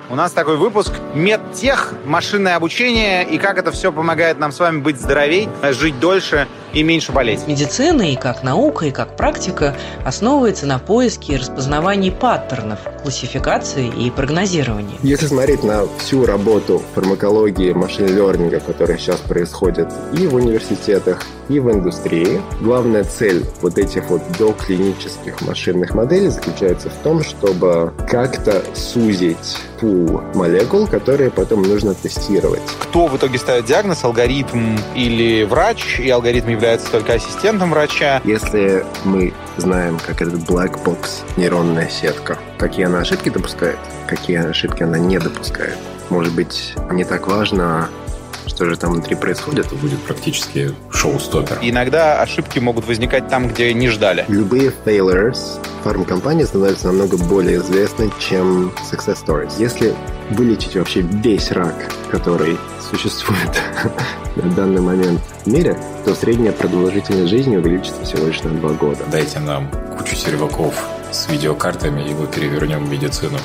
У нас такой выпуск «Медтех», машинное обучение и как это все помогает нам с вами быть здоровей, жить дольше и меньше болеть. Медицина и как наука, и как практика основывается на поиске и распознавании паттернов, классификации и прогнозировании. Если смотреть на всю работу фармакологии, машин-лернинга, которая сейчас происходит и в университетах, и в индустрии, главная цель вот этих вот доклинических машинных моделей заключается в том, чтобы как-то сузить пул молекул, которые потом нужно тестировать. Кто в итоге ставит диагноз, алгоритм или врач, и алгоритм является только ассистентом врача? Если мы знаем, как этот black box, нейронная сетка, какие она ошибки допускает, какие ошибки она не допускает, может быть, не так важно, что же там внутри происходит. Это будет практически шоу-стоппер. Иногда ошибки могут возникать там, где не ждали. Любые failures фармкомпании становятся намного более известны, чем success stories. Если вылечить вообще весь рак, который существует на данный момент в мире, то средняя продолжительность жизни увеличится всего лишь на 2 года. Дайте нам кучу серваков с видеокартами, и мы перевернем медицину.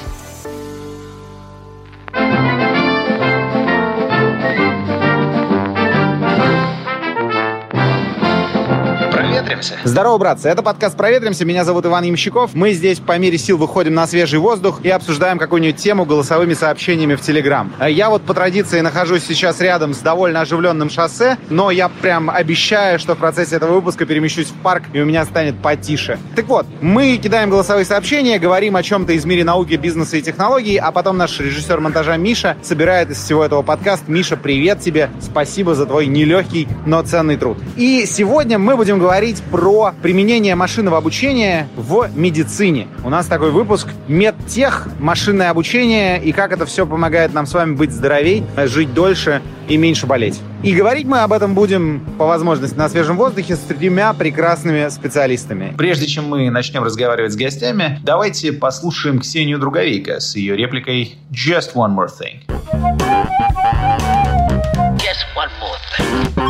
Здорово, братцы! Это подкаст «Проветримся». Меня зовут Иван Ямщиков. Мы здесь по мере сил выходим на свежий воздух и обсуждаем какую-нибудь тему голосовыми сообщениями в Телеграм. Я вот по традиции нахожусь сейчас рядом с довольно оживленным шоссе, но я прям обещаю, что в процессе этого выпуска перемещусь в парк, и у меня станет потише. Так вот, мы кидаем голосовые сообщения, говорим о чем-то из мира науки, бизнеса и технологий, а потом наш режиссер монтажа Миша собирает из всего этого подкаст. Миша, привет тебе! Спасибо за твой нелегкий, но ценный труд. И сегодня мы будем говорить про применение машинного обучения в медицине. У нас такой выпуск «Медтех», машинное обучение и как это все помогает нам с вами быть здоровей, жить дольше и меньше болеть. И говорить мы об этом будем по возможности на свежем воздухе с 3 прекрасными специалистами. Прежде чем мы начнем разговаривать с гостями, давайте послушаем Ксению Друговейко с ее репликой «Just one more thing». Just one more thing.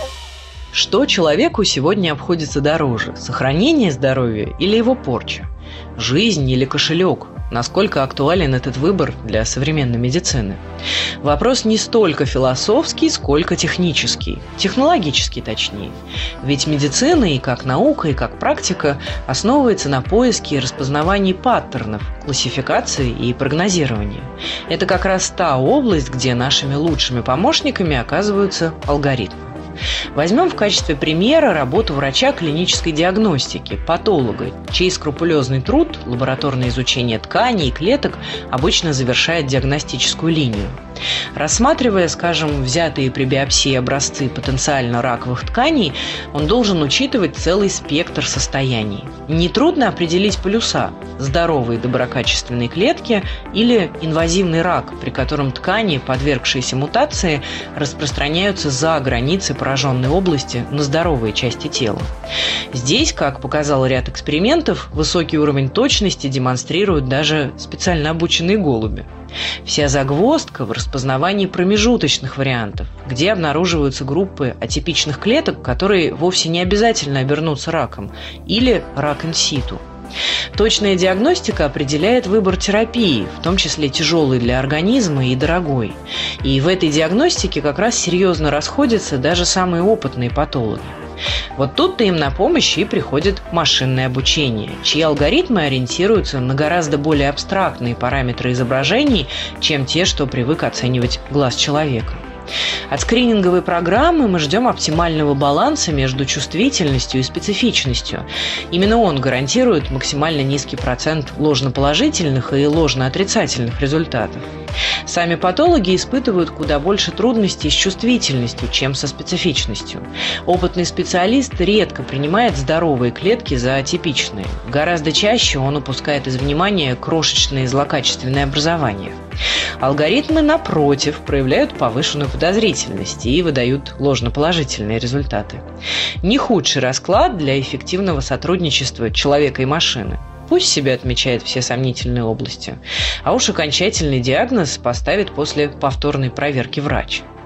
Что человеку сегодня обходится дороже? Сохранение здоровья или его порча? Жизнь или кошелек? Насколько актуален этот выбор для современной медицины? Вопрос не столько философский, сколько технический. Технологический, точнее. Ведь медицина и как наука, и как практика основывается на поиске и распознавании паттернов, классификации и прогнозировании. Это как раз та область, где нашими лучшими помощниками оказываются алгоритмы. Возьмем в качестве примера работу врача клинической диагностики, патолога, чей скрупулезный труд, лабораторное изучение тканей и клеток обычно завершает диагностическую линию. Рассматривая, скажем, взятые при биопсии образцы потенциально раковых тканей, он должен учитывать целый спектр состояний. Нетрудно определить полюса – здоровые доброкачественные клетки или инвазивный рак, при котором ткани, подвергшиеся мутации, распространяются за границы пораженной области на здоровые части тела. Здесь, как показал ряд экспериментов, высокий уровень точности демонстрируют даже специально обученные голуби. Вся загвоздка в распознавании промежуточных вариантов, где обнаруживаются группы атипичных клеток, которые вовсе не обязательно обернутся раком, или рак инситу. Точная диагностика определяет выбор терапии, в том числе тяжелой для организма и дорогой. И в этой диагностике как раз серьезно расходятся даже самые опытные патологи. Вот тут-то им на помощь и приходит машинное обучение, чьи алгоритмы ориентируются на гораздо более абстрактные параметры изображений, чем те, что привык оценивать глаз человека. От скрининговой программы мы ждем оптимального баланса между чувствительностью и специфичностью. Именно он гарантирует максимально низкий процент ложноположительных и ложноотрицательных результатов. Сами патологи испытывают куда больше трудностей с чувствительностью, чем со специфичностью. Опытный специалист редко принимает здоровые клетки за атипичные. Гораздо чаще он упускает из внимания крошечные злокачественные образования. Алгоритмы, напротив, проявляют повышенную подозрительность и выдают ложноположительные результаты. Не худший расклад для эффективного сотрудничества человека и машины. Пусть себе отмечает все сомнительные области, а уж окончательный диагноз поставит после повторной проверки врач.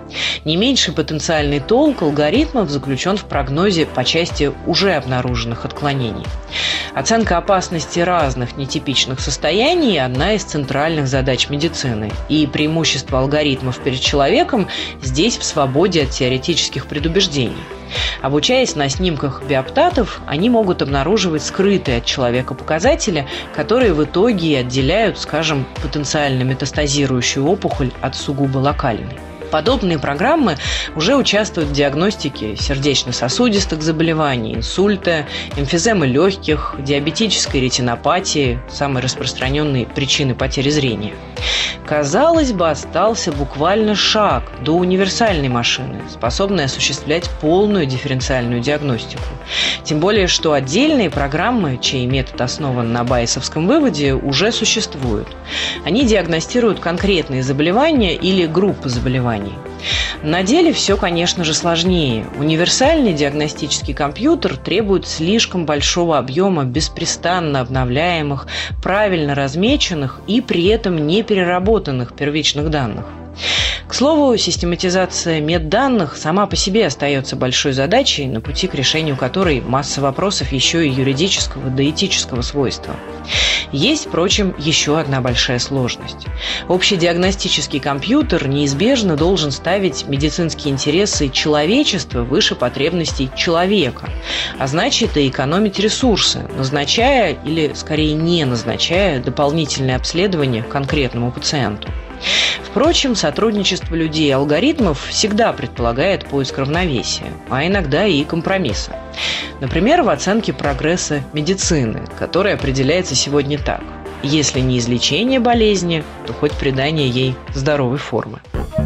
Не меньший потенциальный толк алгоритмов заключен в прогнозе по части уже обнаруженных отклонений. Оценка опасности разных нетипичных состояний – одна из центральных задач медицины. И преимущество алгоритмов перед человеком здесь в свободе от теоретических предубеждений. Обучаясь на снимках биоптатов, они могут обнаруживать скрытые от человека показатели, которые в итоге и отделяют, скажем, потенциально метастазирующую опухоль от сугубо локальной. Подобные программы уже участвуют в диагностике сердечно-сосудистых заболеваний, инсульта, эмфиземы легких, диабетической ретинопатии, самой распространенной причины потери зрения. Казалось бы, остался буквально шаг до универсальной машины, способной осуществлять полную дифференциальную диагностику. Тем более, что отдельные программы, чей метод основан на байесовском выводе, уже существуют. Они диагностируют конкретные заболевания или группы заболеваний. На деле все, конечно же, сложнее. Универсальный диагностический компьютер требует слишком большого объема беспрестанно обновляемых, правильно размеченных и при этом не переработанных первичных данных. К слову, систематизация медданных сама по себе остается большой задачей, на пути к решению которой масса вопросов еще и юридического да этического свойства. Есть, впрочем, еще одна большая сложность. Общедиагностический компьютер неизбежно должен ставить медицинские интересы человечества выше потребностей человека, а значит и экономить ресурсы, назначая или, скорее, не назначая дополнительное обследование конкретному пациенту. Впрочем, сотрудничество людей и алгоритмов всегда предполагает поиск равновесия, а иногда и компромисса. Например, в оценке прогресса медицины, которая определяется сегодня так: если не излечение болезни, то хоть придание ей здоровой формы.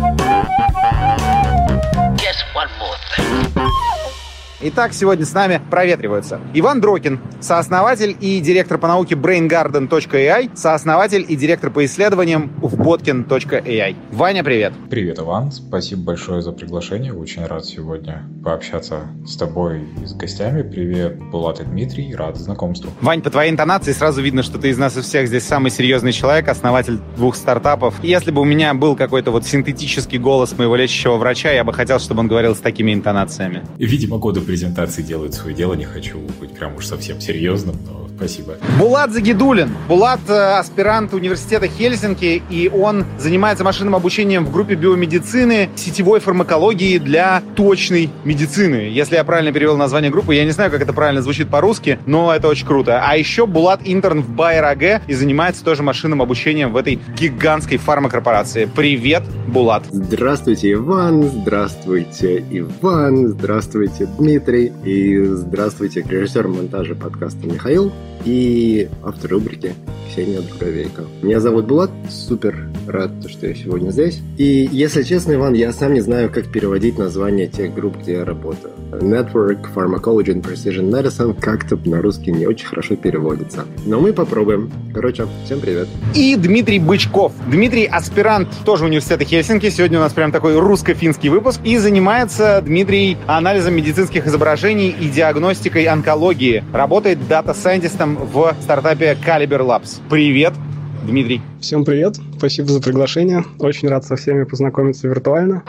Итак, сегодня с нами проветриваются Иван Дрокин, сооснователь и директор по науке BrainGarden.ai, сооснователь и директор по исследованиям Wbotkin.ai. Ваня, привет. Привет, Иван. Спасибо большое за приглашение. Очень рад сегодня пообщаться с тобой и с гостями. Привет, Булат и Дмитрий. Рад знакомству. Вань, по твоей интонации сразу видно, что ты из нас и всех здесь самый серьезный человек, основатель 2 стартапов. Если бы у меня был какой-то вот синтетический голос моего лечащего врача, я бы хотел, чтобы он говорил с такими интонациями. Видимо, годы презентации делают свое дело. Не хочу быть прям уж совсем серьезным, но спасибо. Булат Загидуллин. Булат аспирант университета Хельсинки, и он занимается машинным обучением в группе биомедицины, сетевой фармакологии для точной медицины. Если я правильно перевел название группы, я не знаю, как это правильно звучит по-русски, но это очень круто. А еще Булат интерн в Bayer AG и занимается тоже машинным обучением в этой гигантской фармакорпорации. Привет, Булат. Здравствуйте, Иван. Здравствуйте, Иван. Здравствуйте, Дмитрий. И здравствуйте, режиссер монтажа подкаста Михаил и автор рубрики Ксения Дубровейко. Меня зовут Булат, супер рад, что я сегодня здесь. И, если честно, Иван, я сам не знаю, как переводить название тех групп, где я работаю. Network, Pharmacology and Precision Medicine как-то на русский не очень хорошо переводится. Но мы попробуем. Короче, всем привет. И Дмитрий Бычков. Дмитрий аспирант тоже университета Хельсинки. Сегодня у нас прям такой русско-финский выпуск. И занимается Дмитрий анализом медицинских изображений и диагностикой онкологии. Работает дата-сайентистом в стартапе Caliber Labs. Привет, Дмитрий. Всем привет. Спасибо за приглашение. Очень рад со всеми познакомиться виртуально.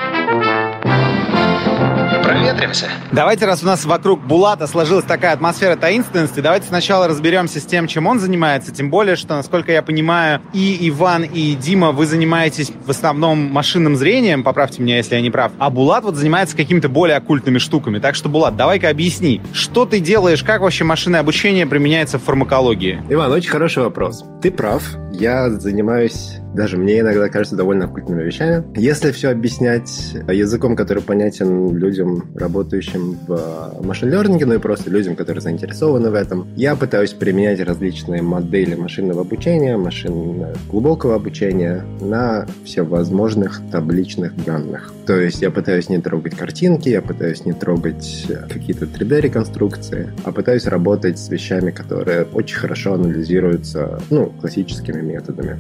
Проветримся. Давайте, раз у нас вокруг Булата сложилась такая атмосфера таинственности, давайте сначала разберемся с тем, чем он занимается. Тем более, что, насколько я понимаю, и Иван, и Дима, вы занимаетесь в основном машинным зрением, поправьте меня, если я не прав, а Булат вот занимается какими-то более оккультными штуками. Так что, Булат, давай-ка объясни, что ты делаешь, как вообще машинное обучение применяется в фармакологии? Иван, очень хороший вопрос. Ты прав. Я занимаюсь, даже мне иногда кажется, довольно оккультными вещами. Если все объяснять языком, который понятен людям, работающим в машин-лернинге, ну и просто людям, которые заинтересованы в этом, я пытаюсь применять различные модели машинного обучения, машин глубокого обучения на всевозможных табличных данных. То есть я пытаюсь не трогать картинки, я пытаюсь не трогать какие-то 3D-реконструкции, а пытаюсь работать с вещами, которые очень хорошо анализируются, ну, классическими методами.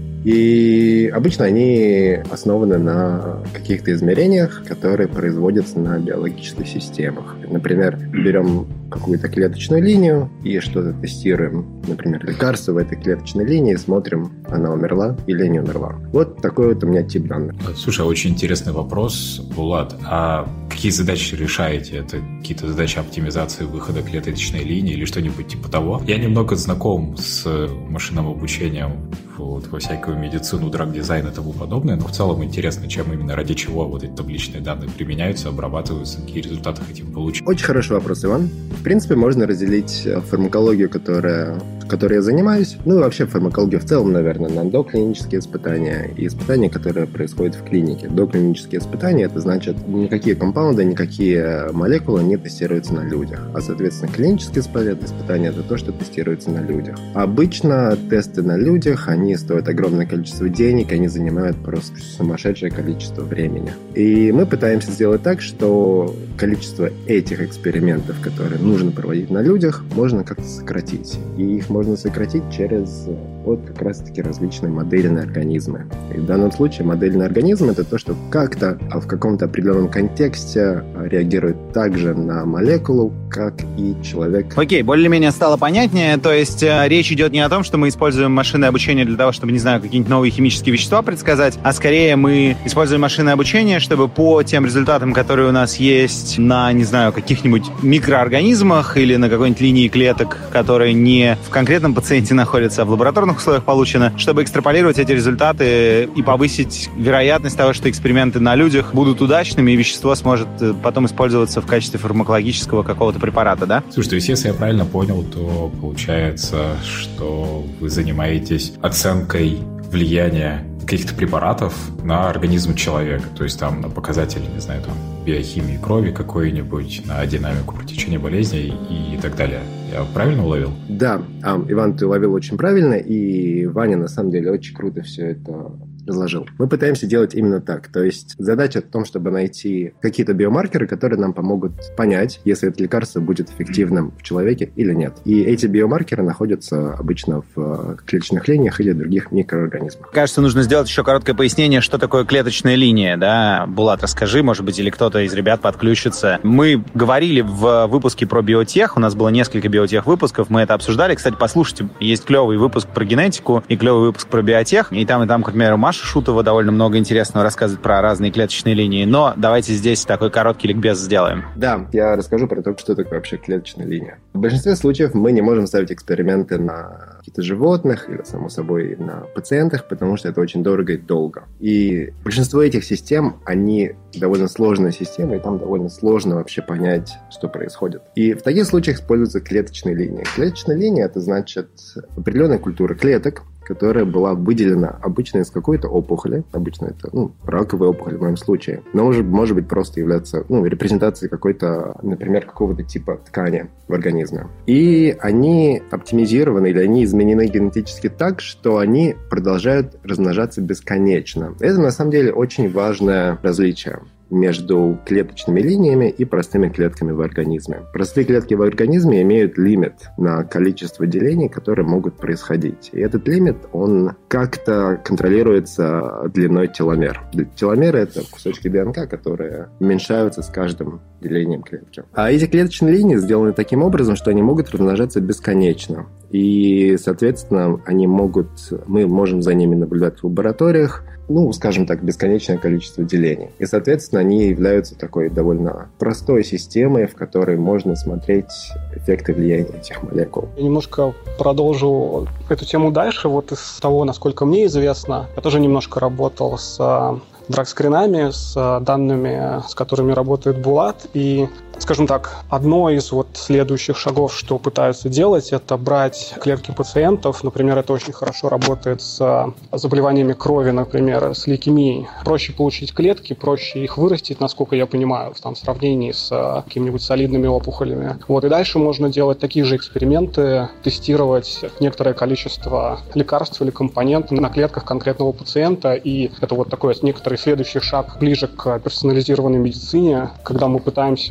И обычно они основаны на каких-то измерениях, которые производятся на биологических системах. Например, берем какую-то клеточную линию и что-то тестируем. Например, лекарство в этой клеточной линии, смотрим, она умерла или не умерла. Вот такой вот у меня тип данных. Слушай, очень интересный вопрос, Булат. А какие задачи решаете? Это какие-то задачи оптимизации выхода клеточной линии или что-нибудь типа того? Я немного знаком с машинным обучением вот, во всякую медицину, драг-дизайн и тому подобное, но в целом интересно, чем именно, ради чего вот эти табличные данные применяются, обрабатываются, какие результаты хотим получить. Очень хороший вопрос, Иван. В принципе, можно разделить фармакологию, которой я занимаюсь, ну и вообще фармакологию в целом, наверное, на доклинические испытания и испытания, которые происходят в клинике. Доклинические испытания — это значит, никакие компаунды, никакие молекулы не тестируются на людях. А, соответственно, клинические испытания — это то, что тестируется на людях. Обычно тесты на людях, они стоят огромное количество денег, они занимают просто сумасшедшее количество времени. И мы пытаемся сделать так, что количество этих экспериментов, которые нужно проводить на людях, можно как-то сократить. И их можно сократить через вот как раз-таки различные модельные организмы. И в данном случае модельный организм — это то, что как-то в каком-то определенном контексте реагирует так же на молекулу, как и человек. Окей, более-менее стало понятнее. То есть речь идет не о том, что мы используем машинное обучение для того, чтобы, не знаю, какие-нибудь новые химические вещества предсказать, а скорее мы используем машинное обучение, чтобы по тем результатам, которые у нас есть на, не знаю, каких-нибудь микроорганизмах или на какой-нибудь линии клеток, которые не в конкретном пациенте находятся, а в лабораторных условиях получено, чтобы экстраполировать эти результаты и повысить вероятность того, что эксперименты на людях будут удачными и вещество сможет потом использоваться в качестве фармакологического какого-то препарата, да? Слушай, то есть, если я правильно понял, то получается, что вы занимаетесь оценкой влияния каких-то препаратов на организм человека, то есть там на показатели, не знаю, там биохимии крови какой-нибудь, на динамику протечения болезней и так далее. Я правильно уловил? Да, Иван, ты уловил очень правильно, и Ваня на самом деле очень круто все это разложил. Мы пытаемся делать именно так. То есть задача в том, чтобы найти какие-то биомаркеры, которые нам помогут понять, если это лекарство будет эффективным в человеке или нет. И эти биомаркеры находятся обычно в клеточных линиях или других микроорганизмах. Кажется, нужно сделать еще короткое пояснение, что такое клеточная линия, да? Булат, расскажи, может быть, или кто-то из ребят подключится. Мы говорили в выпуске про биотех, у нас было несколько биотех-выпусков, мы это обсуждали. Кстати, послушайте, есть клевый выпуск про генетику и клевый выпуск про биотех, и там, к примеру, Маша Шутова довольно много интересного рассказывает про разные клеточные линии, но давайте здесь такой короткий ликбез сделаем. Да, я расскажу про то, что такое вообще клеточная линия. В большинстве случаев мы не можем ставить эксперименты на каких-то животных или, само собой, на пациентах, потому что это очень дорого и долго. И большинство этих систем, они довольно сложные системы, и там довольно сложно вообще понять, что происходит. И в таких случаях используются клеточные линии. Клеточная линия — это значит определенная культура клеток, которая была выделена обычно из какой-то опухоли. Обычно это раковая опухоль в моем случае. Но может быть просто являться репрезентацией какой-то, например, какого-то типа ткани в организме. И они оптимизированы или они изменены генетически так, что они продолжают размножаться бесконечно. Это на самом деле очень важное различие между клеточными линиями и простыми клетками в организме. Простые клетки в организме имеют лимит на количество делений, которые могут происходить. И этот лимит, он как-то контролируется длиной теломер. Теломеры — это кусочки ДНК, которые уменьшаются с каждым делением клетки. А эти клеточные линии сделаны таким образом, что они могут размножаться бесконечно. И, соответственно, мы можем за ними наблюдать в лабораториях, скажем так, бесконечное количество делений. И, соответственно, они являются такой довольно простой системой, в которой можно смотреть эффекты влияния этих молекул. Я немножко продолжу эту тему дальше. Вот из того, насколько мне известно, я тоже немножко работал с драг-скринами, с данными, с которыми работает Булат. И, скажем так, одно из следующих шагов, что пытаются делать, это брать клетки пациентов. Например, это очень хорошо работает с заболеваниями крови, например, с лейкемией. Проще получить клетки, проще их вырастить, насколько я понимаю, в сравнении с какими-нибудь солидными опухолями. И дальше можно делать такие же эксперименты, тестировать некоторое количество лекарств или компонентов на клетках конкретного пациента. И это такой некоторый следующий шаг ближе к персонализированной медицине, когда мы пытаемся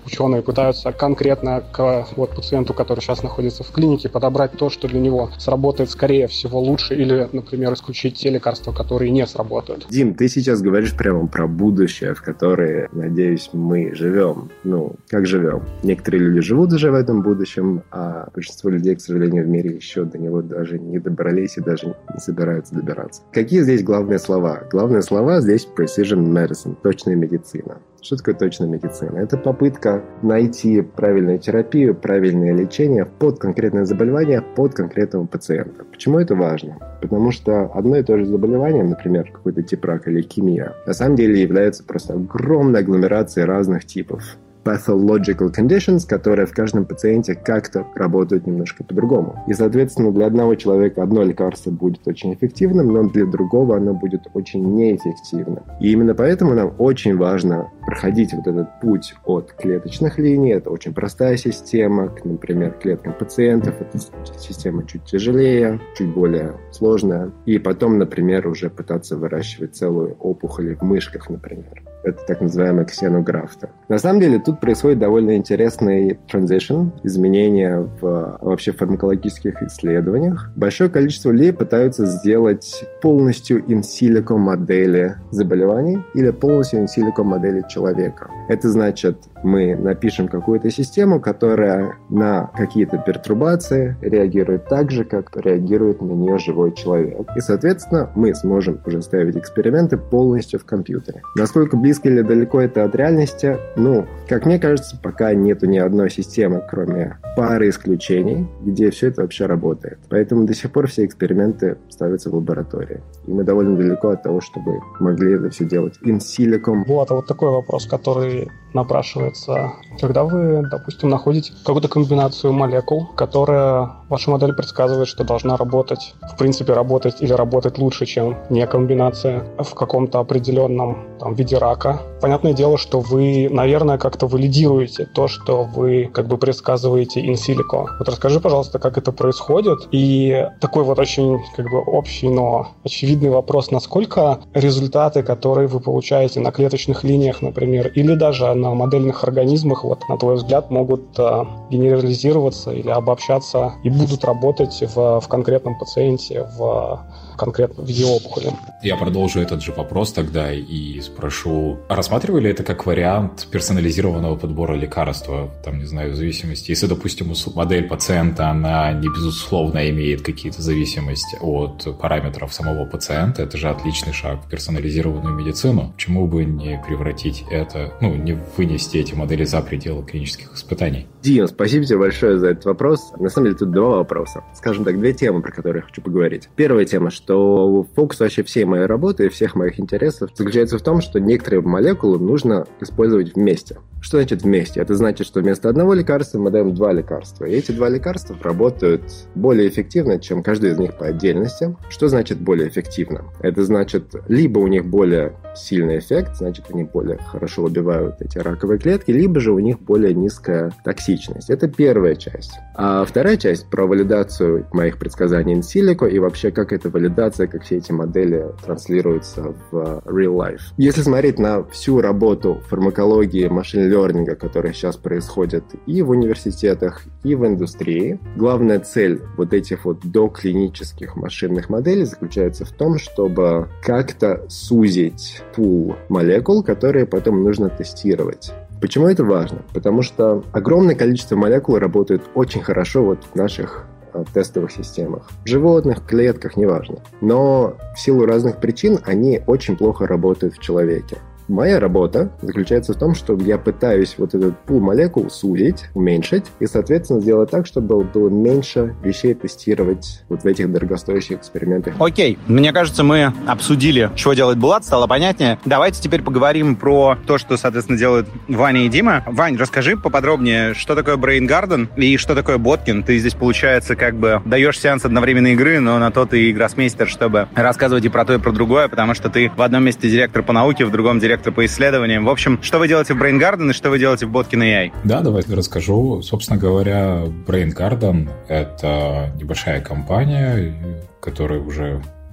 ученые пытаются конкретно к пациенту, который сейчас находится в клинике, подобрать то, что для него сработает, скорее всего, лучше, или, например, исключить те лекарства, которые не сработают. Дим, ты сейчас говоришь прямо про будущее, в которое, надеюсь, мы живем. Как живем? Некоторые люди живут уже в этом будущем, а большинство людей, к сожалению, в мире еще до него даже не добрались и даже не собираются добираться. Какие здесь главные слова? Главные слова здесь precision medicine, точная медицина. Что такое точная медицина? Это попытка найти правильную терапию, правильное лечение под конкретное заболевание, под конкретного пациента. Почему это важно? Потому что одно и то же заболевание, например, какой-то тип рака, лейкемия, на самом деле является просто огромной агломерацией разных типов pathological conditions, которые в каждом пациенте как-то работают немножко по-другому. И, соответственно, для одного человека одно лекарство будет очень эффективным, но для другого оно будет очень неэффективным. И именно поэтому нам очень важно проходить вот этот путь от клеточных линий. Это очень простая система, например, к клеткам пациентов. Эта система чуть тяжелее, чуть более сложная. И потом, например, уже пытаться выращивать целую опухоль в мышках, например. Это так называемые ксенографты. На самом деле тут происходит довольно интересный transition, изменения в вообще фармакологических исследованиях. Большое количество людей пытаются сделать полностью in silico модели заболеваний или полностью in silico модели человека. Это значит, мы напишем какую-то систему, которая на какие-то пертурбации реагирует так же, как реагирует на нее живой человек. И, соответственно, мы сможем уже ставить эксперименты полностью в компьютере. Насколько близко или далеко это от реальности? Как мне кажется, пока нету ни одной системы, кроме пары исключений, где все это вообще работает. Поэтому до сих пор все эксперименты ставятся в лаборатории. И мы довольно далеко от того, чтобы могли это все делать in silico. Вот такой вопрос, который напрашивается. Когда вы, допустим, находите какую-то комбинацию молекул, которая ваша модель предсказывает, что должна работать, в принципе, работать или работать лучше, чем не комбинация в каком-то определенном виде рака. Понятное дело, что вы, наверное, как-то валидируете то, что вы предсказываете in silico. Расскажи, пожалуйста, как это происходит. И такой очень общий, но очевидный вопрос, насколько результаты, которые вы получаете на клеточных линиях, например, или даже на модельных организмах, на твой взгляд, могут генерализироваться или обобщаться и будут работать в конкретном пациенте, в конкретном виде опухоли. Я продолжу этот же вопрос тогда и спрошу, а рассматривали это как вариант персонализированного подбора лекарства, в зависимости, если, допустим, модель пациента, она не безусловно имеет какие-то зависимости от параметров самого пациента, это же отличный шаг в персонализированную медицину. Почему бы не превратить это, не вынести эти модели за пределы клинических испытаний? Дим, спасибо тебе большое за этот вопрос. На самом деле тут два вопроса. Скажем так, две темы, про которые я хочу поговорить. Первая тема, что фокус вообще всей моей работы и всех моих интересов заключается в том, что некоторые молекулы нужно использовать вместе. Что значит вместе? Это значит, что вместо одного лекарства мы даем два лекарства. И эти два лекарства работают более эффективно, чем каждый из них по отдельности. Что значит более эффективно? Это значит, либо у них более сильный эффект, значит, они более хорошо убивают эти раковые клетки, либо же у них более низкая токсичность. Это первая часть. А вторая часть про валидацию моих предсказаний in silico и вообще как эта валидация, как все эти модели транслируются в real life. Если смотреть на всю работу фармакологии, машин-лернинга, которая сейчас происходит и в университетах, и в индустрии, главная цель этих доклинических машинных моделей заключается в том, чтобы как-то сузить пул молекул, которые потом нужно тестировать. Почему это важно? Потому что огромное количество молекул работает очень хорошо в наших тестовых системах. В животных, клетках, неважно. Но в силу разных причин они очень плохо работают в человеке. Моя работа заключается в том, что я пытаюсь этот пул молекул сузить, уменьшить и, соответственно, сделать так, чтобы было меньше вещей тестировать в этих дорогостоящих экспериментах. Окей, мне кажется, мы обсудили, чего делает Булат, стало понятнее. Давайте теперь поговорим про то, что, соответственно, делают Ваня и Дима. Вань, расскажи поподробнее, что такое Brain Garden и что такое Botkин. Ты здесь, получается, даешь сеанс одновременной игры, но на то ты и гроссмейстер, чтобы рассказывать и про то, и про другое, потому что ты в одном месте директор по науке, в другом директор по исследованиям. В общем, что вы делаете в Brain Garden и что вы делаете в Botkин AI? Да, давайте расскажу. Собственно говоря, Brain Garden — это небольшая компания, которая уже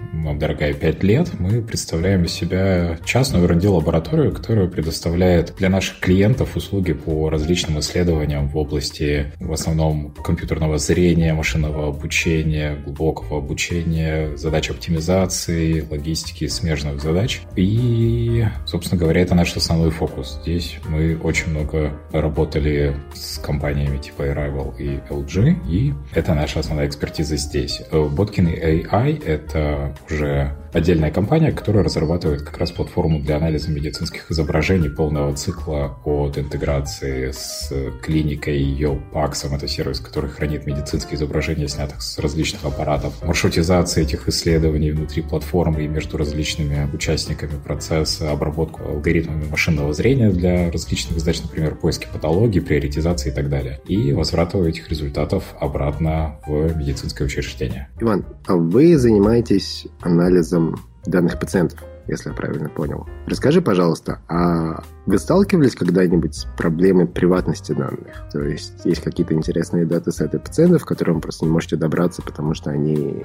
нам дорогая 5 лет, мы представляем из себя частную R&D-лабораторию, которая предоставляет для наших клиентов услуги по различным исследованиям в области, в основном, компьютерного зрения, машинного обучения, глубокого обучения, задач оптимизации, логистики, смежных задач. И, собственно говоря, это наш основной фокус. Здесь мы очень много работали с компаниями типа Arrival и LG, и это наша основная экспертиза здесь. Botkin AI — это уже отдельная компания, которая разрабатывает как раз платформу для анализа медицинских изображений полного цикла от интеграции с клиникой, ее PACS, это сервис, который хранит медицинские изображения, снятых с различных аппаратов, маршрутизации этих исследований внутри платформы и между различными участниками процесса, обработку алгоритмами машинного зрения для различных задач, например, поиски патологий, приоритизации и так далее, и возврата этих результатов обратно в медицинское учреждение. Иван, а вы занимаетесь анализом данных пациентов, если я правильно понял. Расскажи, пожалуйста, а вы сталкивались когда-нибудь с проблемой приватности данных? То есть есть какие-то интересные датасеты пациентов, к которым вы просто не можете добраться, потому что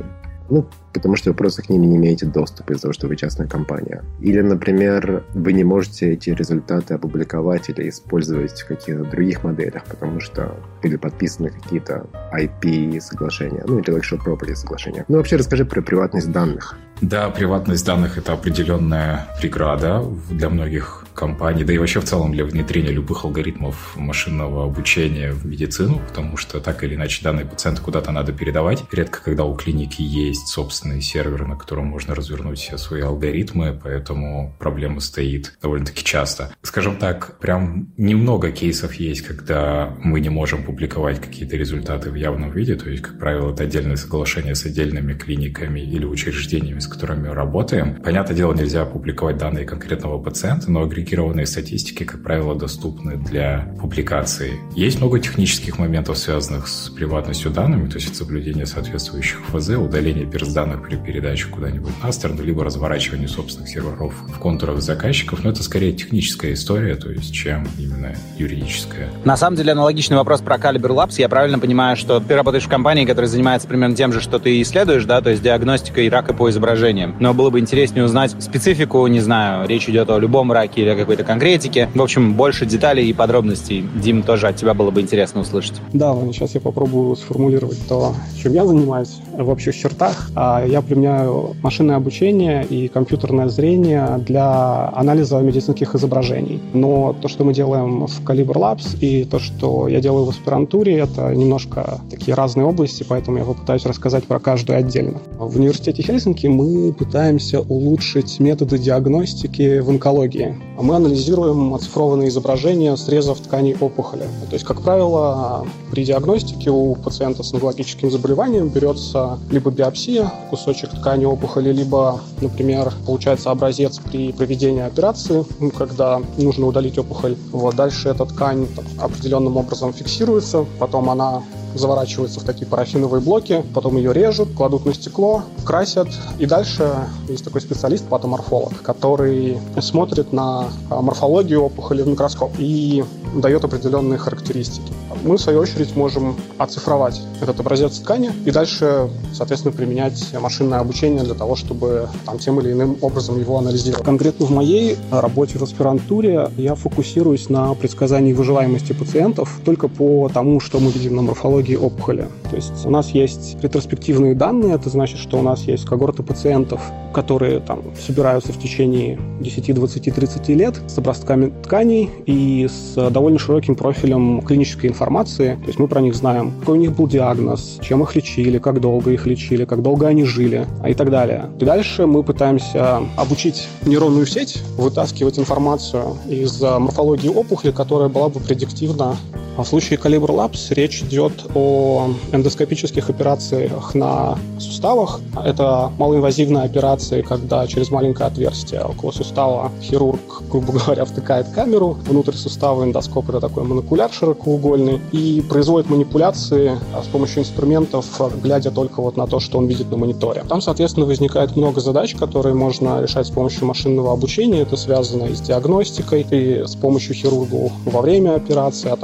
потому что вы просто к ним не имеете доступа из-за того, что вы частная компания. Или, например, вы не можете эти результаты опубликовать или использовать в каких-то других моделях, потому что или подписаны какие-то IP-соглашения, Intellectual Property соглашения. Вообще расскажи про приватность данных. Да, приватность данных — это определенная преграда для многих компаний, да и вообще в целом для внедрения любых алгоритмов машинного обучения в медицину, потому что так или иначе данные пациента куда-то надо передавать. Редко когда у клиники есть собственный сервер, на котором можно развернуть все свои алгоритмы, поэтому проблема стоит довольно-таки часто. Скажем так, прям немного кейсов есть, когда мы не можем публиковать какие-то результаты в явном виде, то есть, как правило, это отдельные соглашения с отдельными клиниками или учреждениями, с которыми мы работаем. Понятное дело, нельзя публиковать данные конкретного пациента, но агрегированные статистики, как правило, доступны для публикации. Есть много технических моментов, связанных с приватностью данными, то есть соблюдение соответствующих ФЗ, удаление персданных при передаче куда-нибудь на сторону, либо разворачивание собственных серверов в контурах заказчиков, но это скорее техническая история, то есть, чем именно юридическая. На самом деле, аналогичный вопрос про Caliber Labs. Я правильно понимаю, что ты работаешь в компании, которая занимается примерно тем же, что ты исследуешь, да, то есть диагностикой рака по изображениям. Но было бы интереснее узнать специфику, не знаю, речь идет о любом раке или о какой-то конкретике. В общем, больше деталей и подробностей. Дим, тоже от тебя было бы интересно услышать. Да, Ваня, сейчас я попробую сформулировать то, чем я занимаюсь в общих чертах. Я применяю машинное обучение и компьютерное зрение для анализа медицинских изображений. Но то, что мы делаем в Caliber Labs, и то, что я делаю в аспирантуре, это немножко такие разные области, поэтому я попытаюсь рассказать про каждую отдельно. В университете Хельсинки мы пытаемся улучшить методы диагностики в онкологии. Мы анализируем оцифрованные изображения срезов тканей опухоли. То есть, как правило, при диагностике у пациента с онкологическим заболеванием берется либо биопсия, кусочек ткани опухоли, либо, например, получается образец при проведении операции, когда нужно удалить опухоль. Дальше эта ткань определенным образом фиксируется, потом она заворачивается в такие парафиновые блоки, потом ее режут, кладут на стекло, красят, и дальше есть такой специалист, патоморфолог, который смотрит на морфологию опухоли в микроскоп и дает определенные характеристики. Мы, в свою очередь, можем оцифровать этот образец ткани и дальше, соответственно, применять машинное обучение для того, чтобы тем или иным образом его анализировать. Конкретно в моей работе в аспирантуре я фокусируюсь на предсказании выживаемости пациентов только по тому, что мы видим на морфологии опухоли. То есть у нас есть ретроспективные данные, это значит, что у нас есть когорты пациентов, которые собираются в течение 10, 20, 30 лет с образцами тканей и с довольно широким профилем клинической информации. То есть мы про них знаем, какой у них был диагноз, чем их лечили, как долго их лечили, как долго они жили и так далее. И дальше мы пытаемся обучить нейронную сеть вытаскивать информацию из морфологии опухоли, которая была бы предиктивна. В случае Caliber Labs речь идет о эндоскопических операциях на суставах. Это малоинвазивные операции, когда через маленькое отверстие около сустава хирург, грубо говоря, втыкает камеру внутрь сустава. Эндоскоп — это такой монокуляр широкоугольный, и производит манипуляции с помощью инструментов, глядя только на то, что он видит на мониторе. Там, соответственно, возникает много задач, которые можно решать с помощью машинного обучения. Это связано и с диагностикой, и с помощью хирургу во время операции, а также с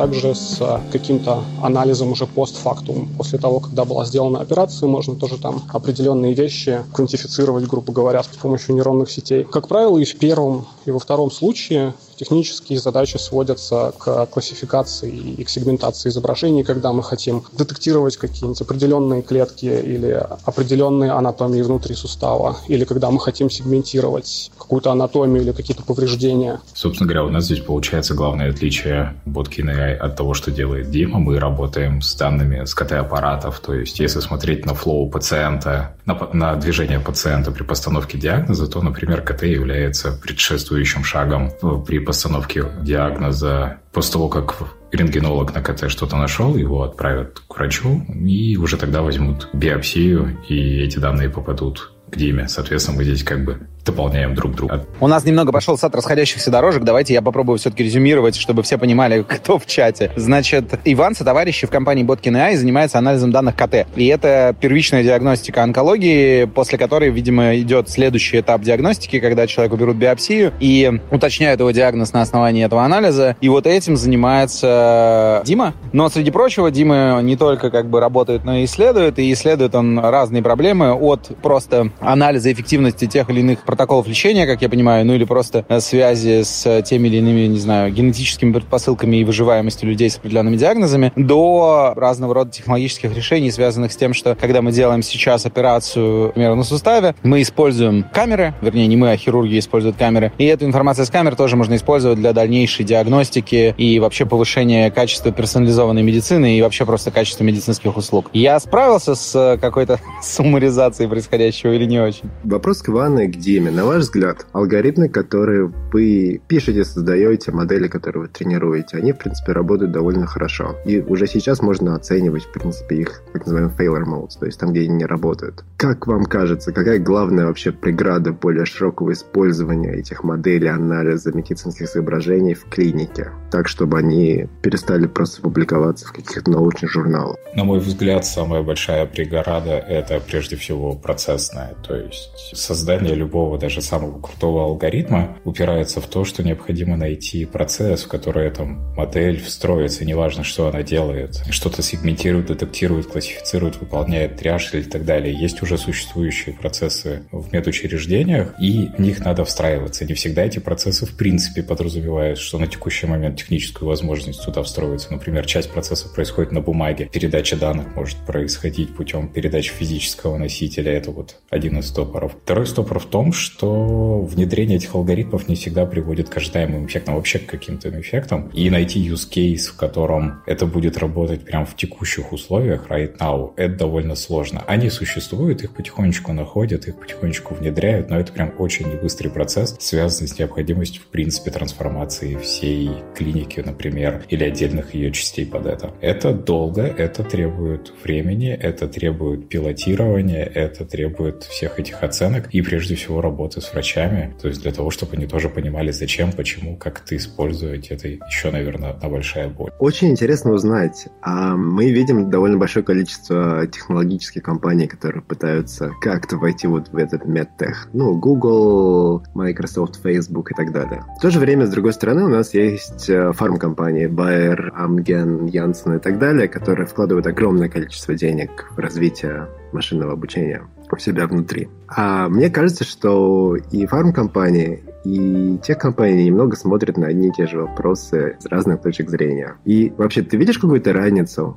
с каким-то анализом уже постфактум. После того, когда была сделана операция, можно тоже там определенные вещи квантифицировать, грубо говоря, с помощью нейронных сетей. Как правило, и в первом, и во втором случае технические задачи сводятся к классификации и к сегментации изображений, когда мы хотим детектировать какие-нибудь определенные клетки или определенные анатомии внутри сустава, или когда мы хотим сегментировать какую-то анатомию или какие-то повреждения. Собственно говоря, у нас здесь получается главное отличие Botkin AI от того, что делает Дима. Мы работаем с данными с КТ-аппаратов, то есть если смотреть на флоу пациента, на движение пациента при постановке диагноза, то, например, КТ является предшествующим шагом при постановке диагноза. После того, как рентгенолог на КТ что-то нашел, его отправят к врачу, и уже тогда возьмут биопсию, и эти данные попадут к Диме. Соответственно, мы здесь как бы дополняем друг друга. У нас немного пошел сад расходящихся дорожек. Давайте я попробую все-таки резюмировать, чтобы все понимали, кто в чате. Значит, Иван сотоварищи в компании Botkin AI занимается анализом данных КТ. И это первичная диагностика онкологии, после которой, видимо, идет следующий этап диагностики, когда человеку берут биопсию и уточняют его диагноз на основании этого анализа. И вот этим занимается Дима. Но, среди прочего, Дима не только как бы работает, но и исследует. И исследует он разные проблемы от просто анализа эффективности тех или иных протоколов лечения, как я понимаю, ну или просто связи с теми или иными, не знаю, генетическими предпосылками и выживаемостью людей с определенными диагнозами, до разного рода технологических решений, связанных с тем, что когда мы делаем сейчас операцию, например, на суставе, мы используем камеры, вернее, не мы, а хирурги используют камеры, и эту информацию с камер тоже можно использовать для дальнейшей диагностики и вообще повышения качества персонализованной медицины и вообще просто качества медицинских услуг. Я справился с какой-то суммаризацией происходящего или не очень? Вопрос к Ивану и к Диме. На ваш взгляд, алгоритмы, которые вы пишете, создаете, модели, которые вы тренируете, они, в принципе, работают довольно хорошо. И уже сейчас можно оценивать, в принципе, их, так называемые failure modes, то есть там, где они не работают. Как вам кажется, какая главная вообще преграда более широкого использования этих моделей анализа медицинских изображений в клинике, так, чтобы они перестали просто публиковаться в каких-то научных журналах? На мой взгляд, самая большая преграда – это прежде всего процессная. То есть создание любого, даже самого крутого алгоритма упирается в то, что необходимо найти процесс, в который эта модель встроится. Неважно, что она делает. Что-то сегментирует, детектирует, классифицирует, выполняет триаж и так далее. Есть уже существующие процессы в медучреждениях, и в них надо встраиваться. Не всегда эти процессы в принципе подразумевают, что на текущий момент техническую возможность туда встроиться. Например, часть процессов происходит на бумаге. Передача данных может происходить путем передачи физического носителя. Это вот один из стопоров. Второй стопор в том, что внедрение этих алгоритмов не всегда приводит к ожидаемым эффектам, вообще к каким-то эффектам. И найти use case, в котором это будет работать прямо в текущих условиях, right now, это довольно сложно. Они существуют, их потихонечку находят, их потихонечку внедряют, но это прям очень небыстрый процесс, связанный с необходимостью, в принципе, трансформации всей клиники, например, или отдельных ее частей под это. Это долго, это требует времени, это требует пилотирования, это требует всех этих оценок и, прежде всего, работы с врачами, то есть для того, чтобы они тоже понимали, зачем, почему, как это использовать. Это еще, наверное, одна большая боль. Очень интересно узнать. Мы видим довольно большое количество технологических компаний, которые пытаются как-то войти вот в этот медтех. Ну, Google, Microsoft, Facebook и так далее. В то же время, с другой стороны, у нас есть фармкомпании Bayer, Amgen, Janssen и так далее, которые вкладывают огромное количество денег в развитие машинного обучения у себя внутри. А мне кажется, что и фармкомпании, и техкомпании немного смотрят на одни и те же вопросы с разных точек зрения. И вообще, ты видишь какую-то разницу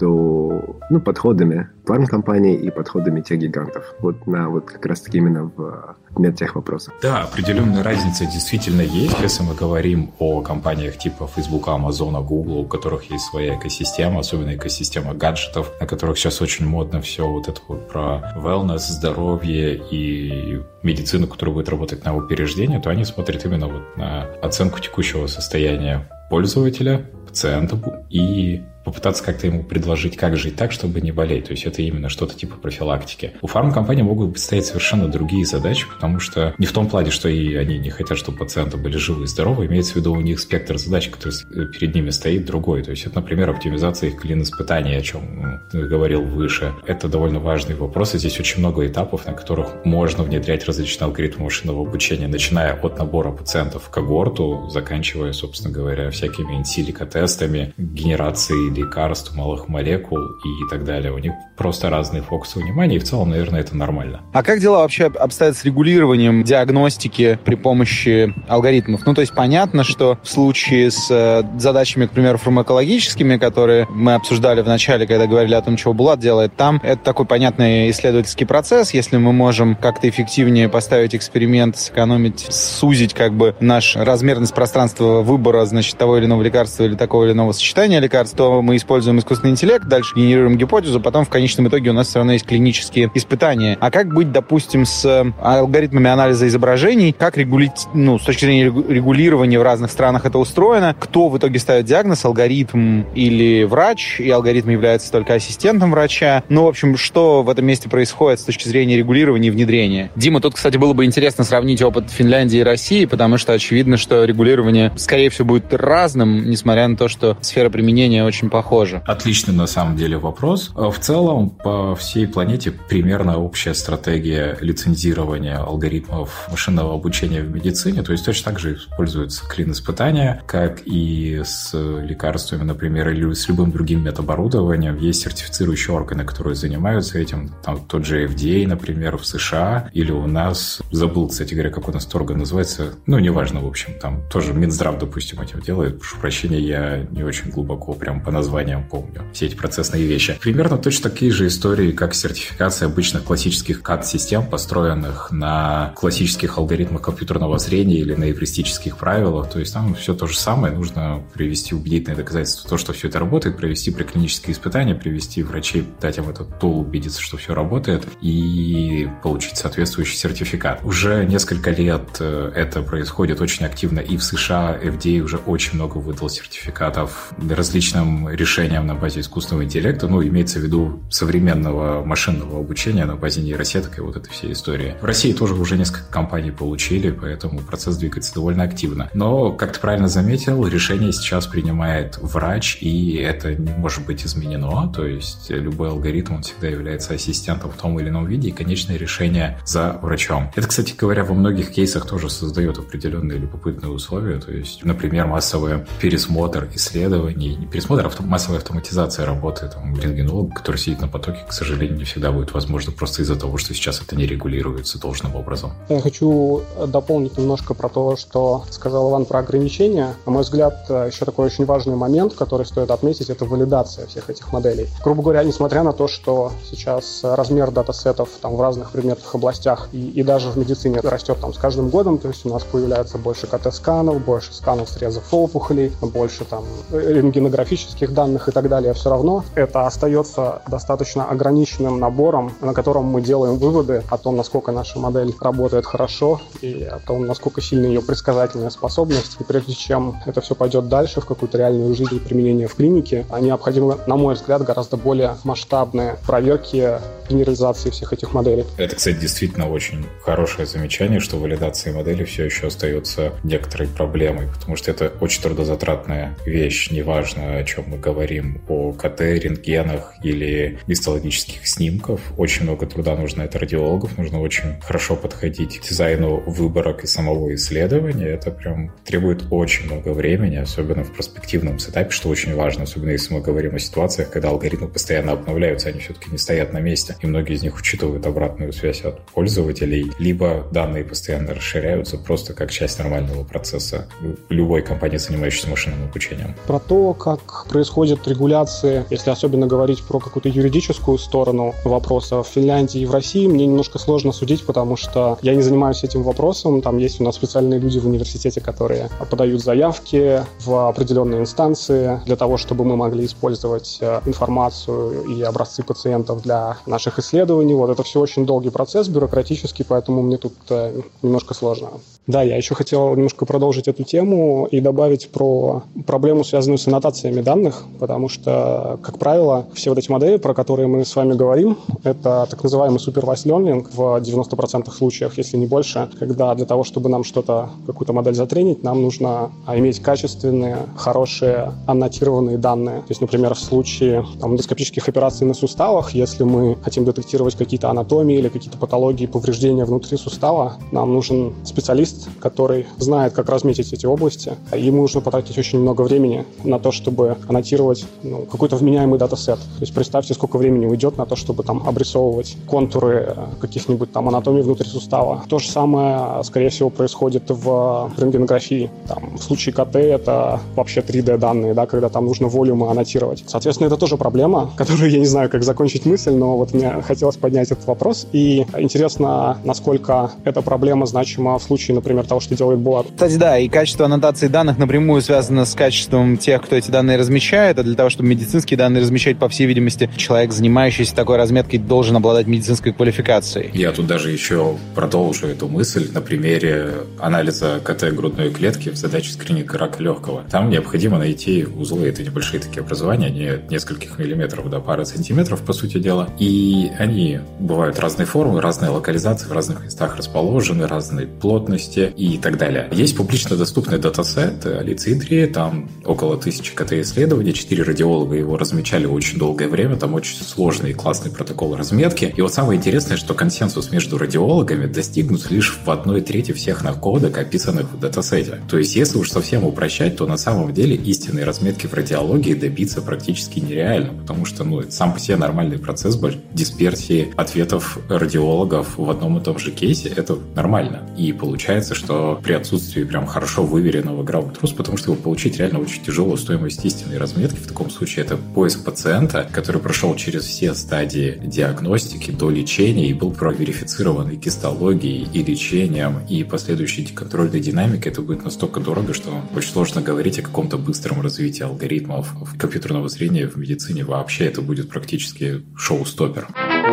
между подходами фармкомпаний и подходами тех гигантов? Вот на вот как раз-таки именно в медтех вопросах. Да, определенная разница действительно есть, если мы говорим о компаниях типа Facebook, Amazon, Google, у которых есть своя экосистема, особенно экосистема гаджетов, на которых сейчас очень модно все вот это вот про wellness, здоровье и медицину, которая будет работать на опереждение, то они смотрят именно вот на оценку текущего состояния пользователя, пациента и попытаться как-то ему предложить, как жить так, чтобы не болеть. То есть это именно что-то типа профилактики. У фармкомпаний могут стоять совершенно другие задачи, потому что не в том плане, что и они не хотят, чтобы пациенты были живы и здоровы, имеется в виду у них спектр задач, который перед ними стоит, другой. То есть это, например, оптимизация их клин-испытаний, о чем говорил выше. Это довольно важный вопрос, и здесь очень много этапов, на которых можно внедрять различные алгоритмы машинного обучения, начиная от набора пациентов в когорту, заканчивая, собственно говоря, всякими инсилико-тестами, генерацией лекарств, малых молекул и так далее. У них просто разные фокусы внимания, и в целом, наверное, это нормально. А как дела вообще обстоят с регулированием диагностики при помощи алгоритмов? Ну, то есть понятно, что в случае с задачами, к примеру, фармакологическими, которые мы обсуждали в начале, когда говорили о том, чего Булат делает, там это такой понятный исследовательский процесс. Если мы можем как-то эффективнее поставить эксперимент, сэкономить, сузить как бы наш размерность пространства выбора, значит, того или иного лекарства или такого или иного сочетания лекарств, то мы используем искусственный интеллект, дальше генерируем гипотезу, потом в конечном итоге у нас все равно есть клинические испытания. А как быть, допустим, с алгоритмами анализа изображений? Как с точки зрения регулирования в разных странах это устроено? Кто в итоге ставит диагноз, алгоритм или врач? И алгоритм является только ассистентом врача. Ну, в общем, что в этом месте происходит с точки зрения регулирования и внедрения? Дима, тут, кстати, было бы интересно сравнить опыт Финляндии и России, потому что очевидно, что регулирование, скорее всего, будет разным, несмотря на то, что сфера применения очень похожа. Отличный, на самом деле, вопрос. В целом, по всей планете примерно общая стратегия лицензирования алгоритмов машинного обучения в медицине, то есть точно так же используются клин-испытания, как и с лекарствами, например, или с любым другим медоборудованием. Есть сертифицирующие органы, которые занимаются этим. Там тот же FDA, например, в США, или у нас, забыл, кстати говоря, как у нас орган называется, неважно, в общем, там тоже Минздрав, допустим, этим делает. Прошу прощения, я не очень глубоко прям по названиям помню все эти процессные вещи. Примерно точно такие же истории, как сертификация обычных классических CAD-систем, построенных на классических алгоритмах компьютерного зрения или на эвристических правилах. То есть там все то же самое. Нужно привести убедительные доказательства, то, что все это работает, провести преклинические испытания, привести врачей, дать им этот тул, убедиться, что все работает, и получить соответствующий сертификат. Уже несколько лет это происходит очень активно и в США. FDA уже очень много выдал сертификатов различным решениям на базе искусственного интеллекта, имеется в виду современного машинного обучения на базе нейросеток и вот этой всей истории. В России тоже уже несколько компаний получили, поэтому процесс двигается довольно активно. Но, как ты правильно заметил, решение сейчас принимает врач, и это не может быть изменено, то есть любой алгоритм, он всегда является ассистентом в том или ином виде, и конечное решение за врачом. Это, кстати говоря, во многих кейсах тоже создает определенные любопытные условия, то есть, например, массовый пересмотр исследований, не пересмотр, а массовая автоматизация работы рентгенолога, который сидит на потоке, к сожалению, не всегда будет возможно просто из-за того, что сейчас это не регулируется должным образом. Я хочу дополнить немножко про то, что сказал Иван про ограничения. На мой взгляд, еще такой очень важный момент, который стоит отметить, это валидация всех этих моделей. Грубо говоря, несмотря на то, что сейчас размер датасетов в разных предметных областях и даже в медицине растет с каждым годом, то есть у нас появляется больше КТ-сканов, больше сканов срезов опухолей, больше рентгенографических данных и так далее, все равно это остается достаточно ограниченным набором, на котором мы делаем выводы о том, насколько наша модель работает хорошо и о том, насколько сильна ее предсказательная способность. И прежде чем это все пойдет дальше в какую-то реальную жизнь и применение в клинике, необходимы, на мой взгляд, гораздо более масштабные проверки генерализации всех этих моделей. Это, кстати, действительно очень хорошее замечание, что валидация модели все еще остается некоторой проблемой, потому что это очень трудозатратная вещь. Неважно, о чем мы говорим, о КТ, рентгенах или гистологических снимков. Очень много труда нужно от радиологов, нужно очень хорошо подходить к дизайну выборок и самого исследования. Это прям требует очень много времени, особенно в проспективном сетапе, что очень важно, особенно если мы говорим о ситуациях, когда алгоритмы постоянно обновляются, они все-таки не стоят на месте, и многие из них учитывают обратную связь от пользователей, либо данные постоянно расширяются просто как часть нормального процесса любой компании, занимающейся машинным обучением. Про то, как происходит регуляция, если особенно говорить про какую-то юридическую сторону вопроса в Финляндии и в России, мне немножко сложно судить, потому что я не занимаюсь этим вопросом. Там есть у нас специальные люди в университете, которые подают заявки в определенные инстанции для того, чтобы мы могли использовать информацию и образцы пациентов для наших исследований. Вот это все очень долгий процесс, бюрократический, поэтому мне тут немножко сложно. Да, я еще хотел немножко продолжить эту тему и добавить про проблему, связанную с аннотациями данных. данных, потому что, как правило, все вот эти модели, про которые мы с вами говорим, это так называемый supervised learning в 90% случаев, если не больше, когда для того, чтобы нам какую-то модель затренить, нам нужно иметь качественные, хорошие, аннотированные данные. То есть, например, в случае эндоскопических операций на суставах, если мы хотим детектировать какие-то анатомии или какие-то патологии, повреждения внутри сустава, нам нужен специалист, который знает, как разметить эти области. Ему нужно потратить очень много времени на то, чтобы аннотировать какой-то вменяемый датасет. То есть представьте, сколько времени уйдет на то, чтобы обрисовывать контуры каких-нибудь анатомий внутри сустава. То же самое, скорее всего, происходит в рентгенографии. В случае КТ это вообще 3D-данные, когда там нужно волюмы аннотировать. Соответственно, это тоже проблема, которую я не знаю, как закончить мысль, но вот мне хотелось поднять этот вопрос. И интересно, насколько эта проблема значима в случае, например, того, что делает Булат. Кстати, да, и качество аннотации данных напрямую связано с качеством тех, кто эти данные размещает, а для того, чтобы медицинские данные размещать, по всей видимости, человек, занимающийся такой разметкой, должен обладать медицинской квалификацией. Я тут даже еще продолжу эту мысль на примере анализа КТ грудной клетки в задаче скрининга рака легкого. Там необходимо найти узлы, это небольшие такие образования, они от нескольких миллиметров до пары сантиметров, по сути дела, и они бывают разной формы, разные локализации, в разных местах расположены, разной плотности и так далее. Есть публично доступный датасет Лицидри, там около 1000 КТ-исследований, 4 радиолога его размечали очень долгое время, там очень сложный и классный протокол разметки. И вот самое интересное, что консенсус между радиологами достигнут лишь в 1/3 всех находок, описанных в датасете. То есть, если уж совсем упрощать, то на самом деле истинной разметки в радиологии добиться практически нереально, потому что, это сам по себе нормальный процесс дисперсии ответов радиологов в одном и том же кейсе, это нормально. И получается, что при отсутствии прям хорошо выверенного ground truth, потому что его получить реально очень тяжело, стоимость истинной разметки в таком случае это поиск пациента, который прошел через все стадии диагностики до лечения и был проверифицирован и гистологией, и лечением, и последующей контрольной динамикой. Это будет настолько дорого, что очень сложно говорить о каком-то быстром развитии алгоритмов в компьютерного зрения в медицине. Вообще это будет практически шоу-стоппер.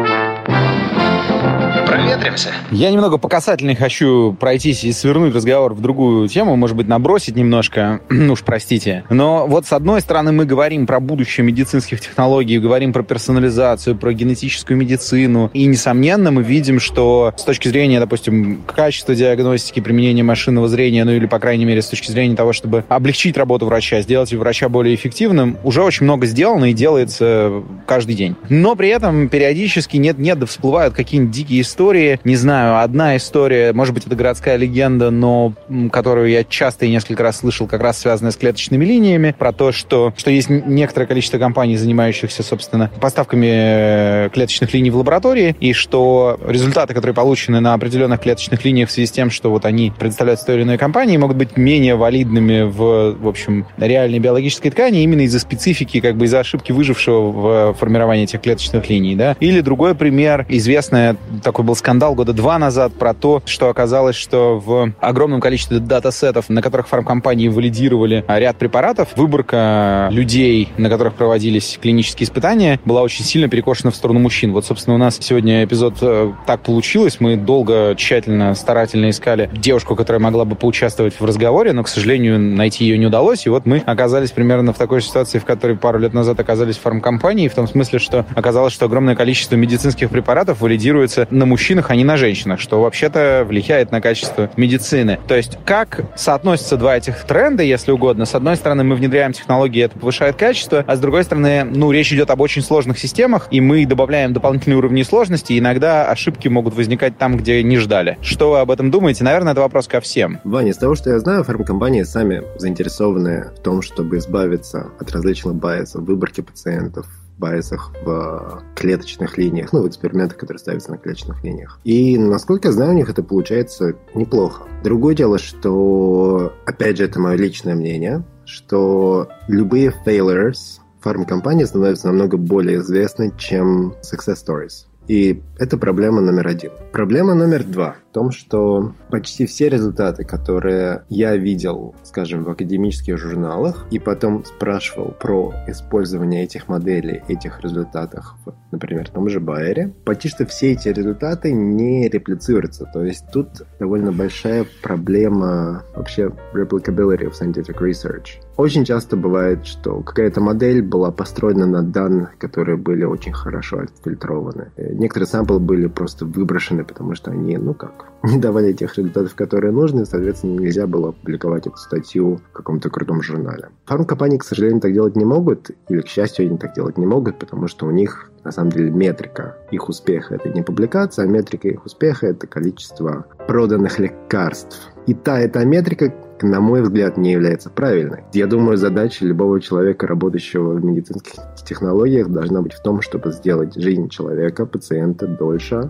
Проветримся. Я немного по касательной хочу пройтись и свернуть разговор в другую тему, может быть, набросить немножко, уж простите. Но вот с одной стороны мы говорим про будущее медицинских технологий, говорим про персонализацию, про генетическую медицину, и, несомненно, мы видим, что с точки зрения, допустим, качества диагностики, применения машинного зрения, или, по крайней мере, с точки зрения того, чтобы облегчить работу врача, сделать врача более эффективным, уже очень много сделано и делается каждый день. Но при этом периодически нет-нет, да всплывают какие-нибудь дикие истории. Не знаю, одна история, может быть, это городская легенда, но которую я часто и несколько раз слышал, как раз связанная с клеточными линиями, про то, что есть некоторое количество компаний, занимающихся, собственно, поставками клеточных линий в лаборатории, и что результаты, которые получены на определенных клеточных линиях в связи с тем, что вот они предоставляются той или иной компании, могут быть менее валидными в общем, реальной биологической ткани именно из-за специфики, из-за ошибки выжившего в формировании этих клеточных линий, да. Или другой пример, известный такой был скандал года 2 назад про то, что оказалось, что в огромном количестве датасетов, на которых фармкомпании валидировали ряд препаратов, выборка людей, на которых проводились клинические испытания, была очень сильно перекошена в сторону мужчин. Вот, собственно, у нас сегодня эпизод так получилось. Мы долго, тщательно, старательно искали девушку, которая могла бы поучаствовать в разговоре, но, к сожалению, найти ее не удалось. И вот мы оказались примерно в такой ситуации, в которой пару лет назад оказались в фармкомпании, в том смысле, что оказалось, что огромное количество медицинских препаратов валидируется на мужчинах, а не на женщинах, что вообще-то влияет на качество медицины. То есть как соотносятся два этих тренда, если угодно? С одной стороны, мы внедряем технологии, это повышает качество, а с другой стороны, речь идет об очень сложных системах, и мы добавляем дополнительные уровни сложности, и иногда ошибки могут возникать там, где не ждали. Что вы об этом думаете? Наверное, это вопрос ко всем. Ваня, из того, что я знаю, фармкомпании сами заинтересованы в том, чтобы избавиться от различных байсов, выборки пациентов, байсах в клеточных линиях, в экспериментах, которые ставятся на клеточных линиях. И, насколько я знаю, у них это получается неплохо. Другое дело, что, опять же, это мое личное мнение, что любые failures фармкомпании становятся намного более известны, чем success stories. И это проблема номер 1. Проблема номер 2. том, что почти все результаты, которые я видел, скажем, в академических журналах, и потом спрашивал про использование этих моделей, этих результатов, например, в том же Байере, почти что все эти результаты не реплицируются. То есть тут довольно большая проблема вообще replicability of scientific research. Очень часто бывает, что какая-то модель была построена на данных, которые были очень хорошо отфильтрованы. Некоторые самплы были просто выброшены, потому что они, не давали тех результатов, которые нужны, соответственно, нельзя было опубликовать эту статью в каком-то крутом журнале. Фармкомпании, к сожалению, так делать не могут, или, к счастью, они так делать не могут, потому что у них, на самом деле, метрика их успеха – это не публикация, а метрика их успеха – это количество проданных лекарств. И та метрика, на мой взгляд, не является правильной. Я думаю, задача любого человека, работающего в медицинских технологиях, должна быть в том, чтобы сделать жизнь человека, пациента, дольше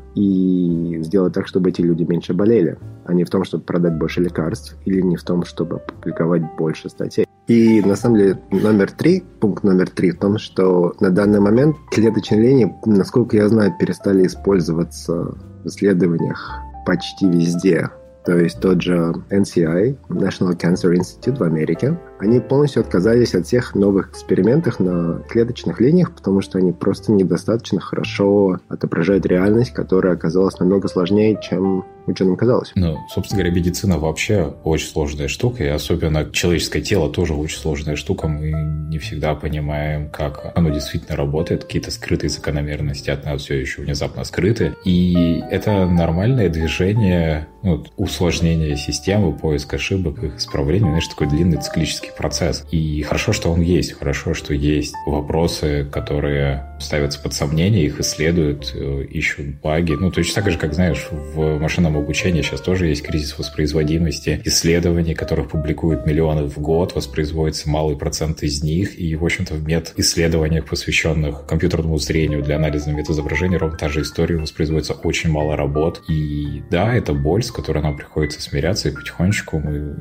и сделать так, чтобы эти люди меньше болели, а не в том, чтобы продать больше лекарств или не в том, чтобы опубликовать больше статей. И, на самом деле, пункт номер три в том, что на данный момент клеточные линии, насколько я знаю, перестали использоваться в исследованиях почти везде. То есть тот же NCI, National Cancer Institute в Америке, они полностью отказались от всех новых экспериментов на клеточных линиях, потому что они просто недостаточно хорошо отображают реальность, которая оказалась намного сложнее, чем ученым казалось. Собственно говоря, медицина вообще очень сложная штука, и особенно человеческое тело тоже очень сложная штука. Мы не всегда понимаем, как оно действительно работает. Какие-то скрытые закономерности от нас все еще внезапно скрыты. И это нормальное движение, усложнение системы, поиск ошибок, их исправление. Такой длинный циклический процесс. И хорошо, что он есть. Хорошо, что есть вопросы, которые ставятся под сомнение, их исследуют, ищут баги. Точно так же, как, знаешь, в машинном обучении сейчас тоже есть кризис воспроизводимости. Исследований, которых публикуют миллионы в год, воспроизводится малый процент из них. И, в общем-то, в медисследованиях, посвященных компьютерному зрению для анализа медизображений, ровно та же история, воспроизводится очень мало работ. И да, это боль, с которой нам приходится смиряться, и потихонечку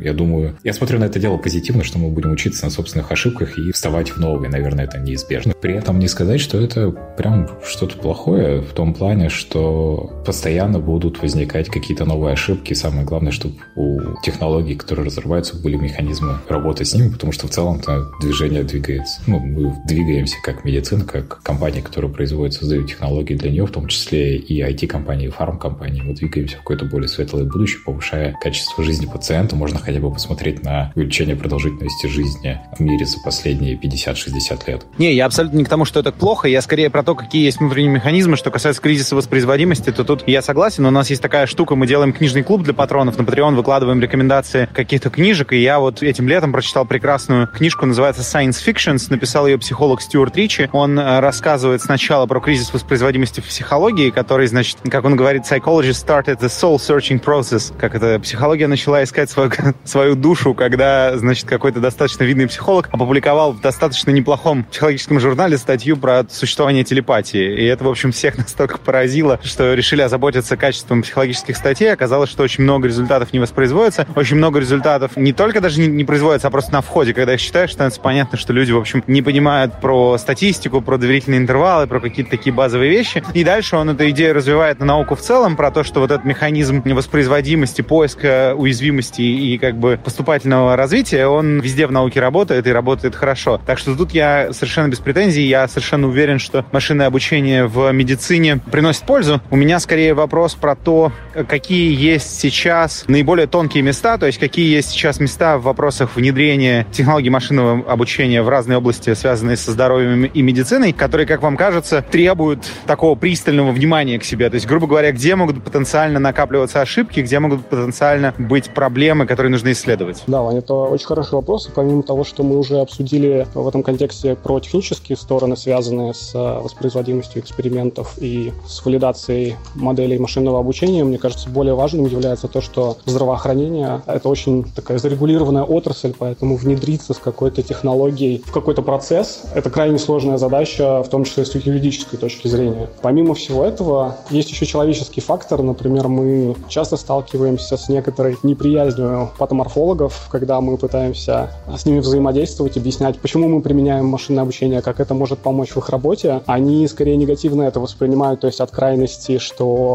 я смотрю на это дело позитивно, что мы будем учиться на собственных ошибках и вставать в новые. Наверное, это неизбежно. При этом не сказать, что это прям что-то плохое в том плане, что постоянно будут возникать какие-то новые ошибки. Самое главное, чтобы у технологий, которые разрабатываются, были механизмы работы с ними, потому что в целом-то движение двигается. Мы двигаемся как медицина, как компания, которая производит, создает технологии для нее, в том числе и IT-компании, и фармкомпании. Мы двигаемся в какое-то более светлое будущее, повышая качество жизни пациента. Можно хотя бы посмотреть на увеличение продолжительности жизни в мире за последние 50-60 лет. Не, я абсолютно не к тому, что это плохо. Я скорее про то, какие есть внутренние механизмы. Что касается кризиса воспроизводимости, то тут я согласен. У нас есть такая штука, мы делаем книжный клуб для патронов. На Patreon выкладываем рекомендации каких-то книжек. И я этим летом прочитал прекрасную книжку, называется Science Fictions. Написал ее психолог Стюарт Ричи. Он рассказывает сначала про кризис воспроизводимости в психологии, который, значит, как он говорит, psychology started the soul-searching process. Как это? Психология начала искать свою душу, когда, значит, какой-то достаточно видный психолог опубликовал в достаточно неплохом психологическом журнале статью про существование телепатии. И это, в общем, всех настолько поразило, что решили озаботиться качеством психологических статей. Оказалось, что очень много результатов не воспроизводится. Очень много результатов не только даже не производится, а просто на входе. Когда их читаешь, становится понятно, что люди, в общем, не понимают про статистику, про доверительные интервалы, про какие-то такие базовые вещи. И дальше он эту идею развивает на науку в целом, про то, что этот механизм воспроизводимости, поиска уязвимости и поступательного развития, он везде в науке работает и работает хорошо. Так что тут я совершенно без претензий, я совершенно уверен, что машинное обучение в медицине приносит пользу. У меня скорее вопрос про то, какие есть сейчас наиболее тонкие места, то есть какие есть сейчас места в вопросах внедрения технологий машинного обучения в разные области, связанные со здоровьем и медициной, которые, как вам кажется, требуют такого пристального внимания к себе. То есть, грубо говоря, где могут потенциально накапливаться ошибки, где могут потенциально быть проблемы, которые нужно исследовать? Да, Ваня, это очень хороший вопрос. И помимо того, что мы уже обсудили в этом контексте про технические стороны, связанные с воспроизводимостью экспериментов и с валидацией моделей машинного обучения, мне кажется, более важным является то, что здравоохранение — это очень такая зарегулированная отрасль, поэтому внедриться с какой-то технологией в какой-то процесс — это крайне сложная задача, в том числе с юридической точки зрения. Помимо всего этого, есть еще человеческий фактор. Например, мы часто сталкиваемся с некоторой неприязнью патоморфологов, когда мы пытаемся с ними взаимодействовать, объяснять, почему мы применяем машинное обучение, как это может помочь в их работе. Они скорее негативно это воспринимают, то есть от крайности, что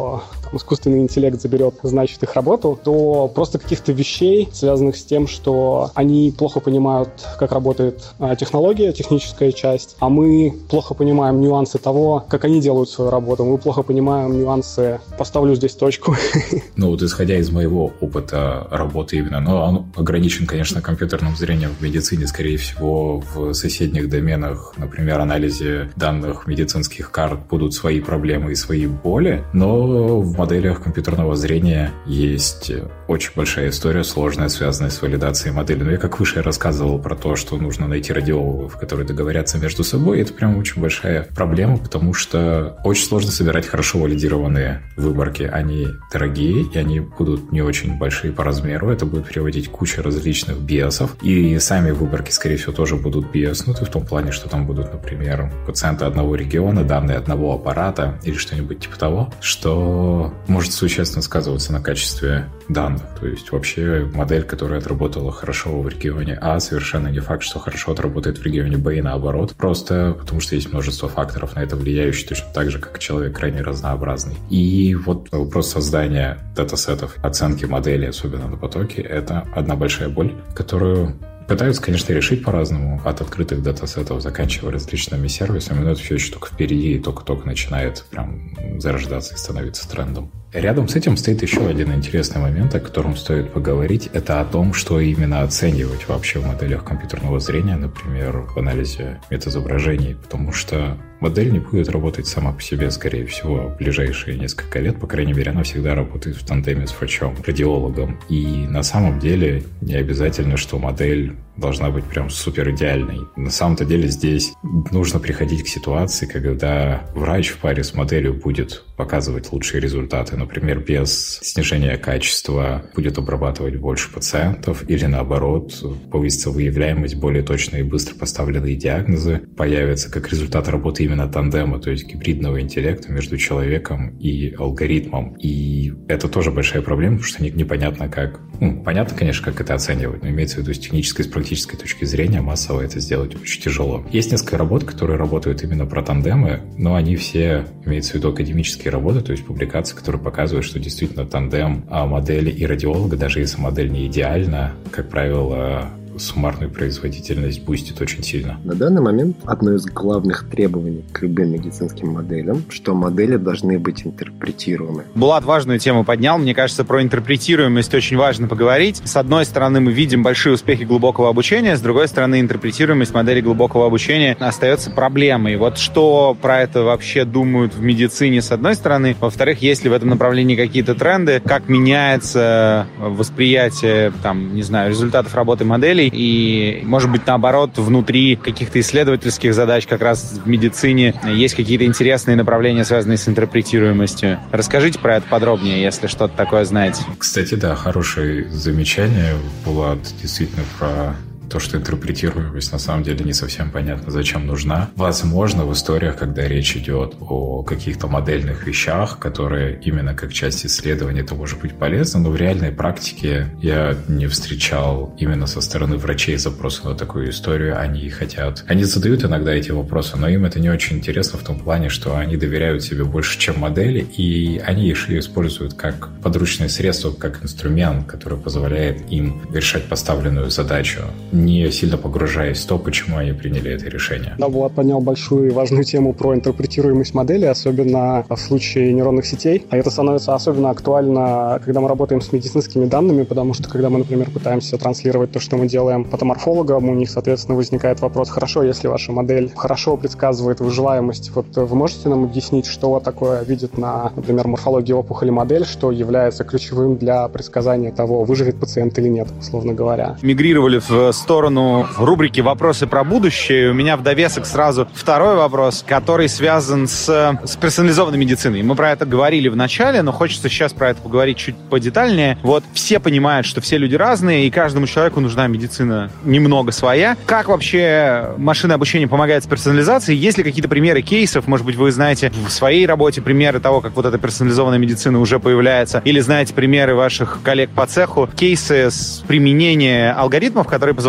искусственный интеллект заберет, значит, их работу, то просто каких-то вещей, связанных с тем, что они плохо понимают, как работает технология, техническая часть, а мы плохо понимаем нюансы того, как они делают свою работу, мы плохо понимаем нюансы, поставлю здесь точку. Ну вот исходя из моего опыта работы именно, но он ограничен, конечно, компьютерным зрением в медицине, скорее всего, в соседних доменах, например, анализе данных медицинских карт будут свои проблемы и свои боли, но в моделях компьютерного зрения есть очень большая история, сложная, связанная с валидацией модели. Но я как выше рассказывал про то, что нужно найти радиологов, которые договорятся между собой, это прям очень большая проблема, потому что очень сложно собирать хорошо валидированные выборки. Они дорогие, и они будут не очень большие по размеру, это будет приводить к куче различных биасов, и сами выборки, скорее всего, тоже будут биаснуты в том плане, что там будут, например, пациенты одного региона, данные одного аппарата или что-нибудь типа того, что может существенно сказываться на качестве данных. То есть вообще модель, которая отработала хорошо в регионе А, совершенно не факт, что хорошо отработает в регионе Б и наоборот, просто потому что есть множество факторов на это влияющих, точно так же, как человек крайне разнообразный. И вот вопрос создания датасетов, оценки модели, особенно на потоке, это одна большая боль, которую пытаются, конечно, решить по-разному, от открытых датасетов, заканчивая различными сервисами, но это все еще только впереди и только-только начинает прям зарождаться и становиться трендом. Рядом с этим стоит еще один интересный момент, о котором стоит поговорить. Это о том, что именно оценивать вообще в моделях компьютерного зрения, например, в анализе метаизображений, потому что модель не будет работать сама по себе, скорее всего, в ближайшие несколько лет. По крайней мере, она всегда работает в тандеме с врачом, радиологом. И на самом деле не обязательно, что модель должна быть прям супер идеальной. На самом-то деле здесь нужно приходить к ситуации, когда врач в паре с моделью будет показывать лучшие результаты, например, без снижения качества, будет обрабатывать больше пациентов или наоборот, повысится выявляемость, более точные и быстро поставленные диагнозы появятся как результат работы именно тандема, то есть гибридного интеллекта между человеком и алгоритмом. И это тоже большая проблема, потому что непонятно как... понятно, конечно, как это оценивать, но имеется в виду с технической, с практической точки зрения массово это сделать очень тяжело. Есть несколько работ, которые работают именно про тандемы, но они все, имеется в виду академические работы, то есть публикации, которые показывают, что действительно тандем модели и радиолога, даже если модель не идеальна, как правило, суммарную производительность бустит очень сильно. На данный момент одно из главных требований к любым медицинским моделям, что модели должны быть интерпретируемы. Булат важную тему поднял. Мне кажется, про интерпретируемость очень важно поговорить. С одной стороны, мы видим большие успехи глубокого обучения, с другой стороны, интерпретируемость модели глубокого обучения остается проблемой. Вот что про это вообще думают в медицине, с одной стороны. Во-вторых, есть ли в этом направлении какие-то тренды, как меняется восприятие, результатов работы моделей, и, может быть, наоборот, внутри каких-то исследовательских задач как раз в медицине есть какие-то интересные направления, связанные с интерпретируемостью. Расскажите про это подробнее, если что-то такое знаете. Кстати, да, хорошее замечание, Булат, действительно про то, что интерпретируемость на самом деле не совсем понятно, зачем нужна. Возможно, в историях, когда речь идет о каких-то модельных вещах, которые именно как часть исследования, это может быть полезно, но в реальной практике я не встречал именно со стороны врачей запросы на такую историю. Они задают иногда эти вопросы, но им это не очень интересно в том плане, что они доверяют себе больше, чем модели, и они их используют как подручное средство, как инструмент, который позволяет им решать поставленную задачу, не сильно погружаясь в то, почему они приняли это решение. Да, Влад поднял большую и важную тему про интерпретируемость модели, особенно в случае нейронных сетей. А это становится особенно актуально, когда мы работаем с медицинскими данными, потому что, когда мы, например, пытаемся транслировать то, что мы делаем патоморфологам, у них, соответственно, возникает вопрос: хорошо, если ваша модель хорошо предсказывает выживаемость, вот вы можете нам объяснить, что такое видит на, например, морфологии опухоли модель, что является ключевым для предсказания того, выживет пациент или нет, условно говоря. Мигрировали в сторону рубрики «Вопросы про будущее». У меня в довесок сразу второй вопрос, который связан с персонализованной медициной. Мы про это говорили в начале, но хочется сейчас про это поговорить чуть подетальнее. Вот все понимают, что все люди разные, и каждому человеку нужна медицина немного своя. Как вообще машинное обучение помогает с персонализацией? Есть ли какие-то примеры кейсов? Может быть, вы знаете в своей работе примеры того, как вот эта персонализованная медицина уже появляется? Или знаете примеры ваших коллег по цеху? Кейсы с применения алгоритмов, которые позволяют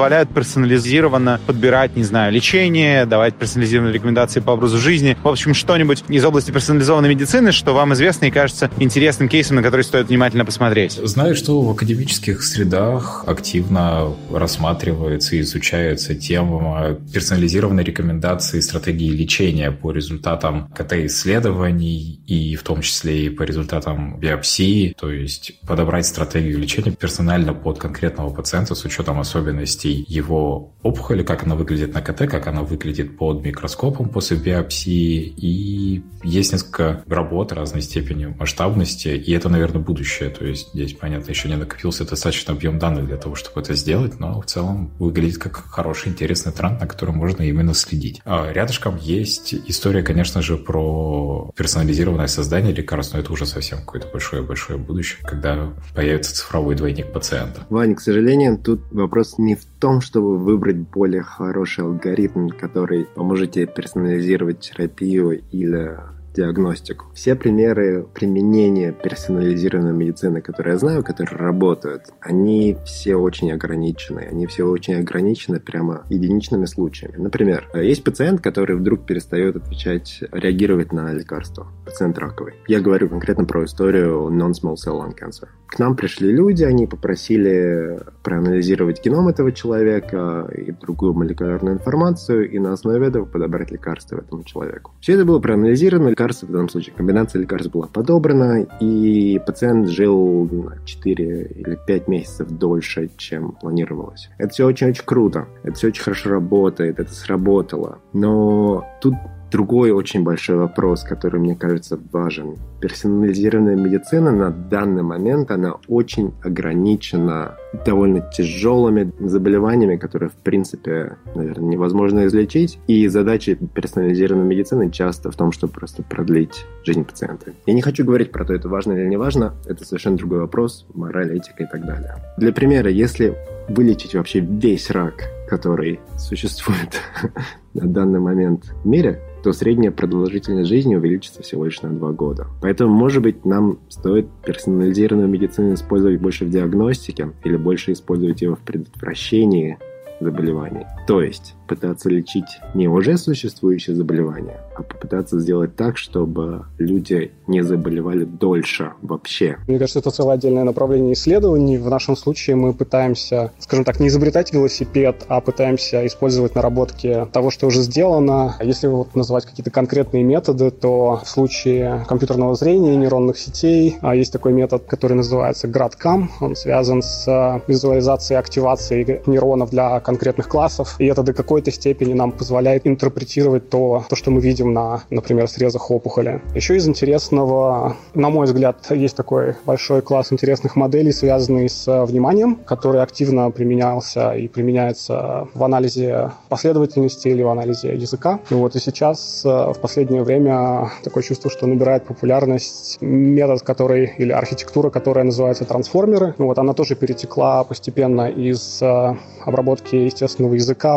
позволяют персонализированно подбирать, не знаю, лечение, давать персонализированные рекомендации по образу жизни. В общем, что-нибудь из области персонализованной медицины, что вам известно и кажется интересным кейсом, на который стоит внимательно посмотреть. Знаю, что в академических средах активно рассматривается и изучается тема персонализированной рекомендации стратегии лечения по результатам КТ-исследований и в том числе и по результатам биопсии, то есть подобрать стратегию лечения персонально под конкретного пациента с учетом особенностей его опухоли, как она выглядит на КТ, как она выглядит под микроскопом после биопсии. И есть несколько работ разной степени масштабности, и это, наверное, будущее. То есть здесь, понятно, еще не накопился достаточно объем данных для того, чтобы это сделать, но в целом выглядит как хороший, интересный тренд, на который можно именно следить. А рядышком есть история, конечно же, про персонализированное создание лекарств, но это уже совсем какое-то большое-большое будущее, когда появится цифровой двойник пациента. Ваня, к сожалению, тут вопрос не в том, чтобы выбрать более хороший алгоритм, который поможет тебе персонализировать терапию или диагностику. Все примеры применения персонализированной медицины, которые я знаю, которые работают, они все очень ограничены. Они все очень ограничены прямо единичными случаями. Например, есть пациент, который вдруг перестает реагировать на лекарства. Пациент раковый. Я говорю конкретно про историю non-small cell lung cancer. К нам пришли люди, они попросили проанализировать геном этого человека и другую молекулярную информацию, и на основе этого подобрать лекарства этому человеку. Все это было проанализировано, лекарства в данном случае, комбинация лекарств была подобрана, и пациент жил на 4 или 5 месяцев дольше, чем планировалось. Это все очень-очень круто, это все очень хорошо работает, это сработало. Но тут другой очень большой вопрос, который, мне кажется, важен. Персонализированная медицина на данный момент, она очень ограничена довольно тяжелыми заболеваниями, которые, в принципе, наверное, невозможно излечить. И задача персонализированной медицины часто в том, чтобы просто продлить жизнь пациента. Я не хочу говорить про то, это важно или не важно. Это совершенно другой вопрос, мораль, этика и так далее. Для примера, если вылечить вообще весь рак, который существует на данный момент в мире, то средняя продолжительность жизни увеличится всего лишь на 2 года. Поэтому, может быть, нам стоит персонализированную медицину использовать больше в диагностике или больше использовать его в предотвращении заболеваний. То есть пытаться лечить не уже существующие заболевания, а попытаться сделать так, чтобы люди не заболевали дольше вообще. Мне кажется, это целое отдельное направление исследований. В нашем случае мы пытаемся, скажем так, не изобретать велосипед, а пытаемся использовать наработки того, что уже сделано. Если вот называть какие-то конкретные методы, то в случае компьютерного зрения, нейронных сетей, есть такой метод, который называется GradCam. Он связан с визуализацией и активацией нейронов для конкретных классов, и это до какой-то степени нам позволяет интерпретировать то, что мы видим на, например, срезах опухоли. Еще из интересного, на мой взгляд, есть такой большой класс интересных моделей, связанный с вниманием, который активно применялся и применяется в анализе последовательности или в анализе языка. И сейчас в последнее время такое чувство, что набирает популярность метод, или архитектура, которая называется трансформеры. Она тоже перетекла постепенно из обработки естественного языка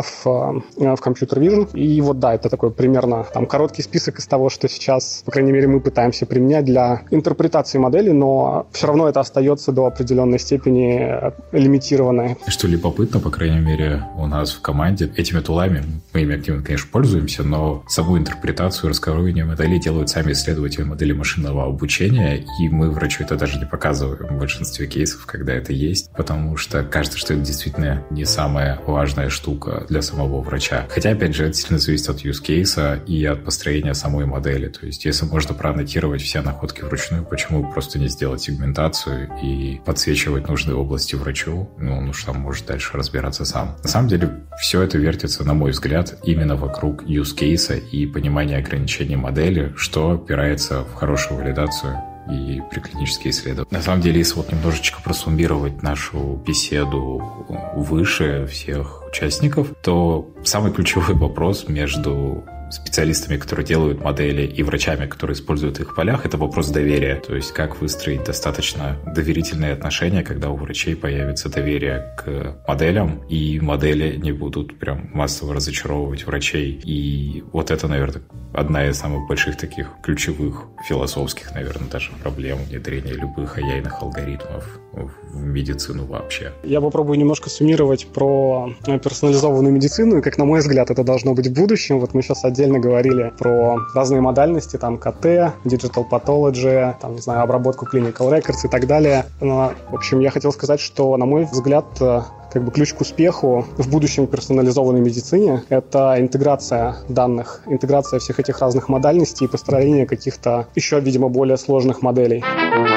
в компьютер vision. И это такой примерно короткий список из того, что сейчас, по крайней мере, мы пытаемся применять для интерпретации модели, но все равно это остается до определенной степени лимитированное. Что любопытно, по крайней мере, у нас в команде этими тулами, мы ими активно, конечно, пользуемся, но саму интерпретацию, раскрывание моделей делают сами исследователи модели машинного обучения, и мы врачу это даже не показываем в большинстве кейсов, когда это есть, потому что кажется, что это действительно не самая важная штука для самого врача. Хотя, опять же, это сильно зависит от use case и от построения самой модели. То есть, если можно проаннотировать все находки вручную, почему просто не сделать сегментацию и подсвечивать нужные области врачу? Он уж там может дальше разбираться сам. На самом деле, все это вертится, на мой взгляд, именно вокруг use case и понимания ограничений модели, что опирается в хорошую валидацию и приклинические исследования. На самом деле, если немножечко просуммировать нашу беседу выше всех участников, то самый ключевой вопрос между специалистами, которые делают модели, и врачами, которые используют их в полях, это вопрос доверия. То есть как выстроить достаточно доверительные отношения, когда у врачей появится доверие к моделям, и модели не будут прям массово разочаровывать врачей. И вот это, наверное, одна из самых больших таких ключевых философских, наверное, даже проблем внедрения любых AI-ных алгоритмов в медицину вообще. Я попробую немножко суммировать про персонализованную медицину, и, как на мой взгляд, это должно быть в будущем. Вот мы сейчас отдельно говорили про разные модальности, там КТ, Digital Pathology, там, не знаю, обработку Clinical Records и так далее. Но, в общем, я хотел сказать, что, на мой взгляд, как бы ключ к успеху в будущем персонализованной медицине – это интеграция данных, интеграция всех этих разных модальностей и построение каких-то еще, видимо, более сложных моделей.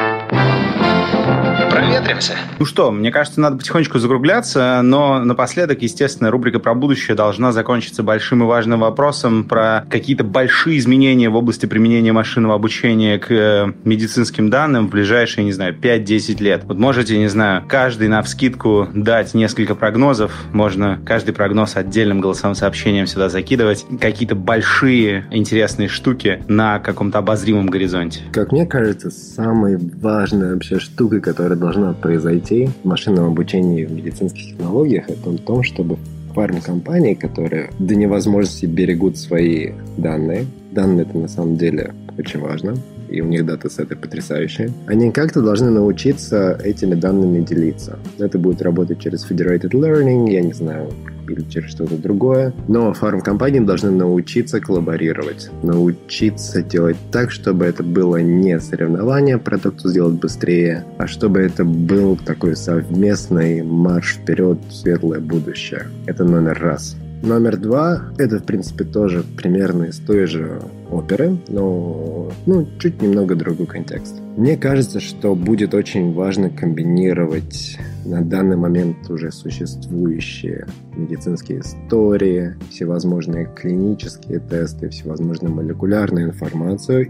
Проветримся. Ну что, мне кажется, надо потихонечку закругляться, но напоследок, естественно, рубрика про будущее должна закончиться большим и важным вопросом про какие-то большие изменения в области применения машинного обучения к медицинским данным в ближайшие, не знаю, 5-10 лет. Вот можете, не знаю, каждый навскидку дать несколько прогнозов, можно каждый прогноз отдельным голосовым сообщением сюда закидывать, какие-то большие интересные штуки на каком-то обозримом горизонте. Как мне кажется, самой важной вообще штукой, которая должна произойти в машинном обучении в медицинских технологиях, это в том, чтобы фармкомпании, которые до невозможности берегут свои данные, это на самом деле очень важно, и у них датасеты потрясающие, они как-то должны научиться этими данными делиться. Это будет работать через Federated Learning, я не знаю, или через что-то другое. Но фармкомпании должны научиться коллаборировать, научиться делать так, чтобы это было не соревнование про то, кто сделает быстрее, а чтобы это был такой совместный марш вперед в светлое будущее. Это номер раз. Номер два, это, в принципе, тоже примерно из той же оперы, но чуть немного другой контекст. Мне кажется, что будет очень важно комбинировать на данный момент уже существующие медицинские истории, всевозможные клинические тесты, всевозможную молекулярную информацию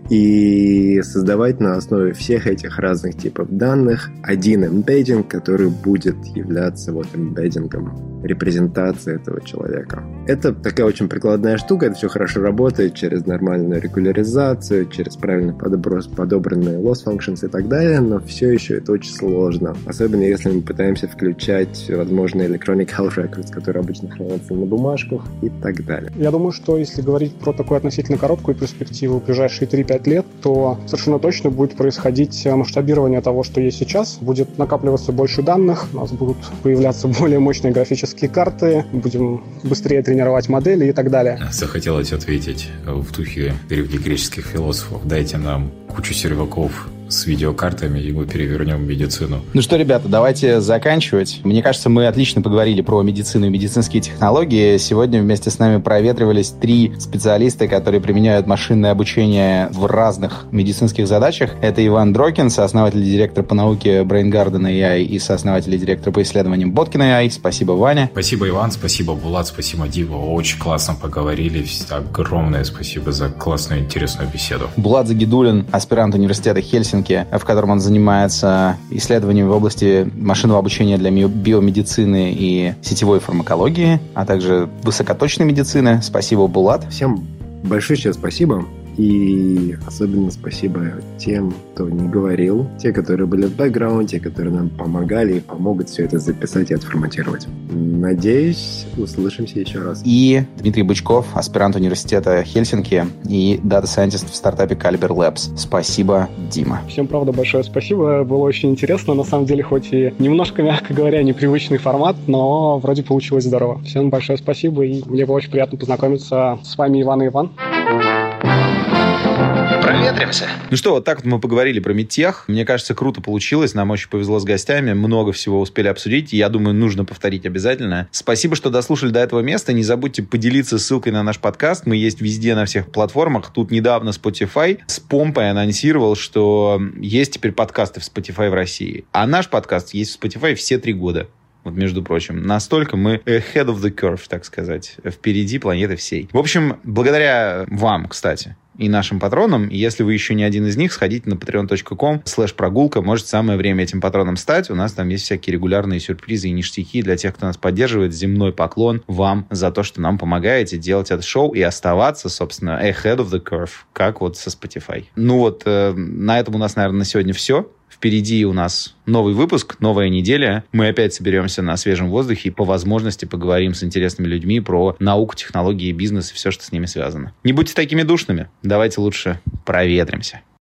и создавать на основе всех этих разных типов данных один эмбеддинг, который будет являться вот эмбеддингом репрезентации этого человека. Это такая очень прикладная штука, это все хорошо работает через нормальную регуляризацию, через правильно подобранные loss functions и так далее, но все еще это очень сложно. Особенно если мы пытаемся включать возможные electronic health records, которые обычно хранятся на бумажках и так далее. Я думаю, что если говорить про такую относительно короткую перспективу, ближайшие 3-5 лет, то совершенно точно будет происходить масштабирование того, что есть сейчас. Будет накапливаться больше данных, у нас будут появляться более мощные графические карты, будем быстрее тренировать модели и так далее. Захотелось ответить в духе древнегреческих философов. Дайте нам кучу серваков с видеокартами, и мы перевернем медицину. Ну что, ребята, давайте заканчивать. Мне кажется, мы отлично поговорили про медицину и медицинские технологии. Сегодня вместе с нами проветривались 3 специалиста, которые применяют машинное обучение в разных медицинских задачах. Это Иван Дрокин, сооснователь и директор по науке Brain Garden AI и сооснователь и директор по исследованиям Botkin AI. Спасибо, Ваня. Спасибо, Иван. Спасибо, Булат. Спасибо, Дима. Очень классно поговорили. Огромное спасибо за классную, интересную беседу. Булат Загидуллин, аспирант университета Хельсинки, в котором он занимается исследованиями в области машинного обучения для биомедицины и сетевой фармакологии, а также высокоточной медицины. Спасибо, Булат. Всем большое спасибо. И особенно спасибо тем, кто не говорил, те, которые были в бэкграунде, которые нам помогали и помогут все это записать и отформатировать. Надеюсь, услышимся еще раз. И Дмитрий Бычков, аспирант университета Хельсинки и дата-сайентист в стартапе Caliber Labs. Спасибо, Дима. Всем, правда, большое спасибо. Было очень интересно. На самом деле, хоть и немножко, мягко говоря, непривычный формат, но вроде получилось здорово. Всем большое спасибо, и мне было очень приятно познакомиться с вами, Иван и Иван. Проветримся. Ну что, вот так вот мы поговорили про медтех. Мне кажется, круто получилось. Нам очень повезло с гостями. Много всего успели обсудить. И я думаю, нужно повторить обязательно. Спасибо, что дослушали до этого места. Не забудьте поделиться ссылкой на наш подкаст. Мы есть везде, на всех платформах. Тут недавно Spotify с помпой анонсировал, что есть теперь подкасты в Spotify в России. А наш подкаст есть в Spotify все 3 года. Вот, между прочим, настолько мы ahead of the curve, так сказать, впереди планеты всей. В общем, благодаря вам, кстати, и нашим патронам. И если вы еще не один из них, сходите на patreon.com/прогулка. Может, самое время этим патроном стать. У нас там есть всякие регулярные сюрпризы и ништяки для тех, кто нас поддерживает. Земной поклон вам за то, что нам помогаете делать это шоу и оставаться, собственно, ahead of the curve, как вот со Spotify. Ну вот, на этом у нас, наверное, на сегодня все. Впереди у нас новый выпуск, новая неделя. Мы опять соберемся на свежем воздухе и по возможности поговорим с интересными людьми про науку, технологии, бизнес и все, что с ними связано. Не будьте такими душными. Давайте лучше проветримся.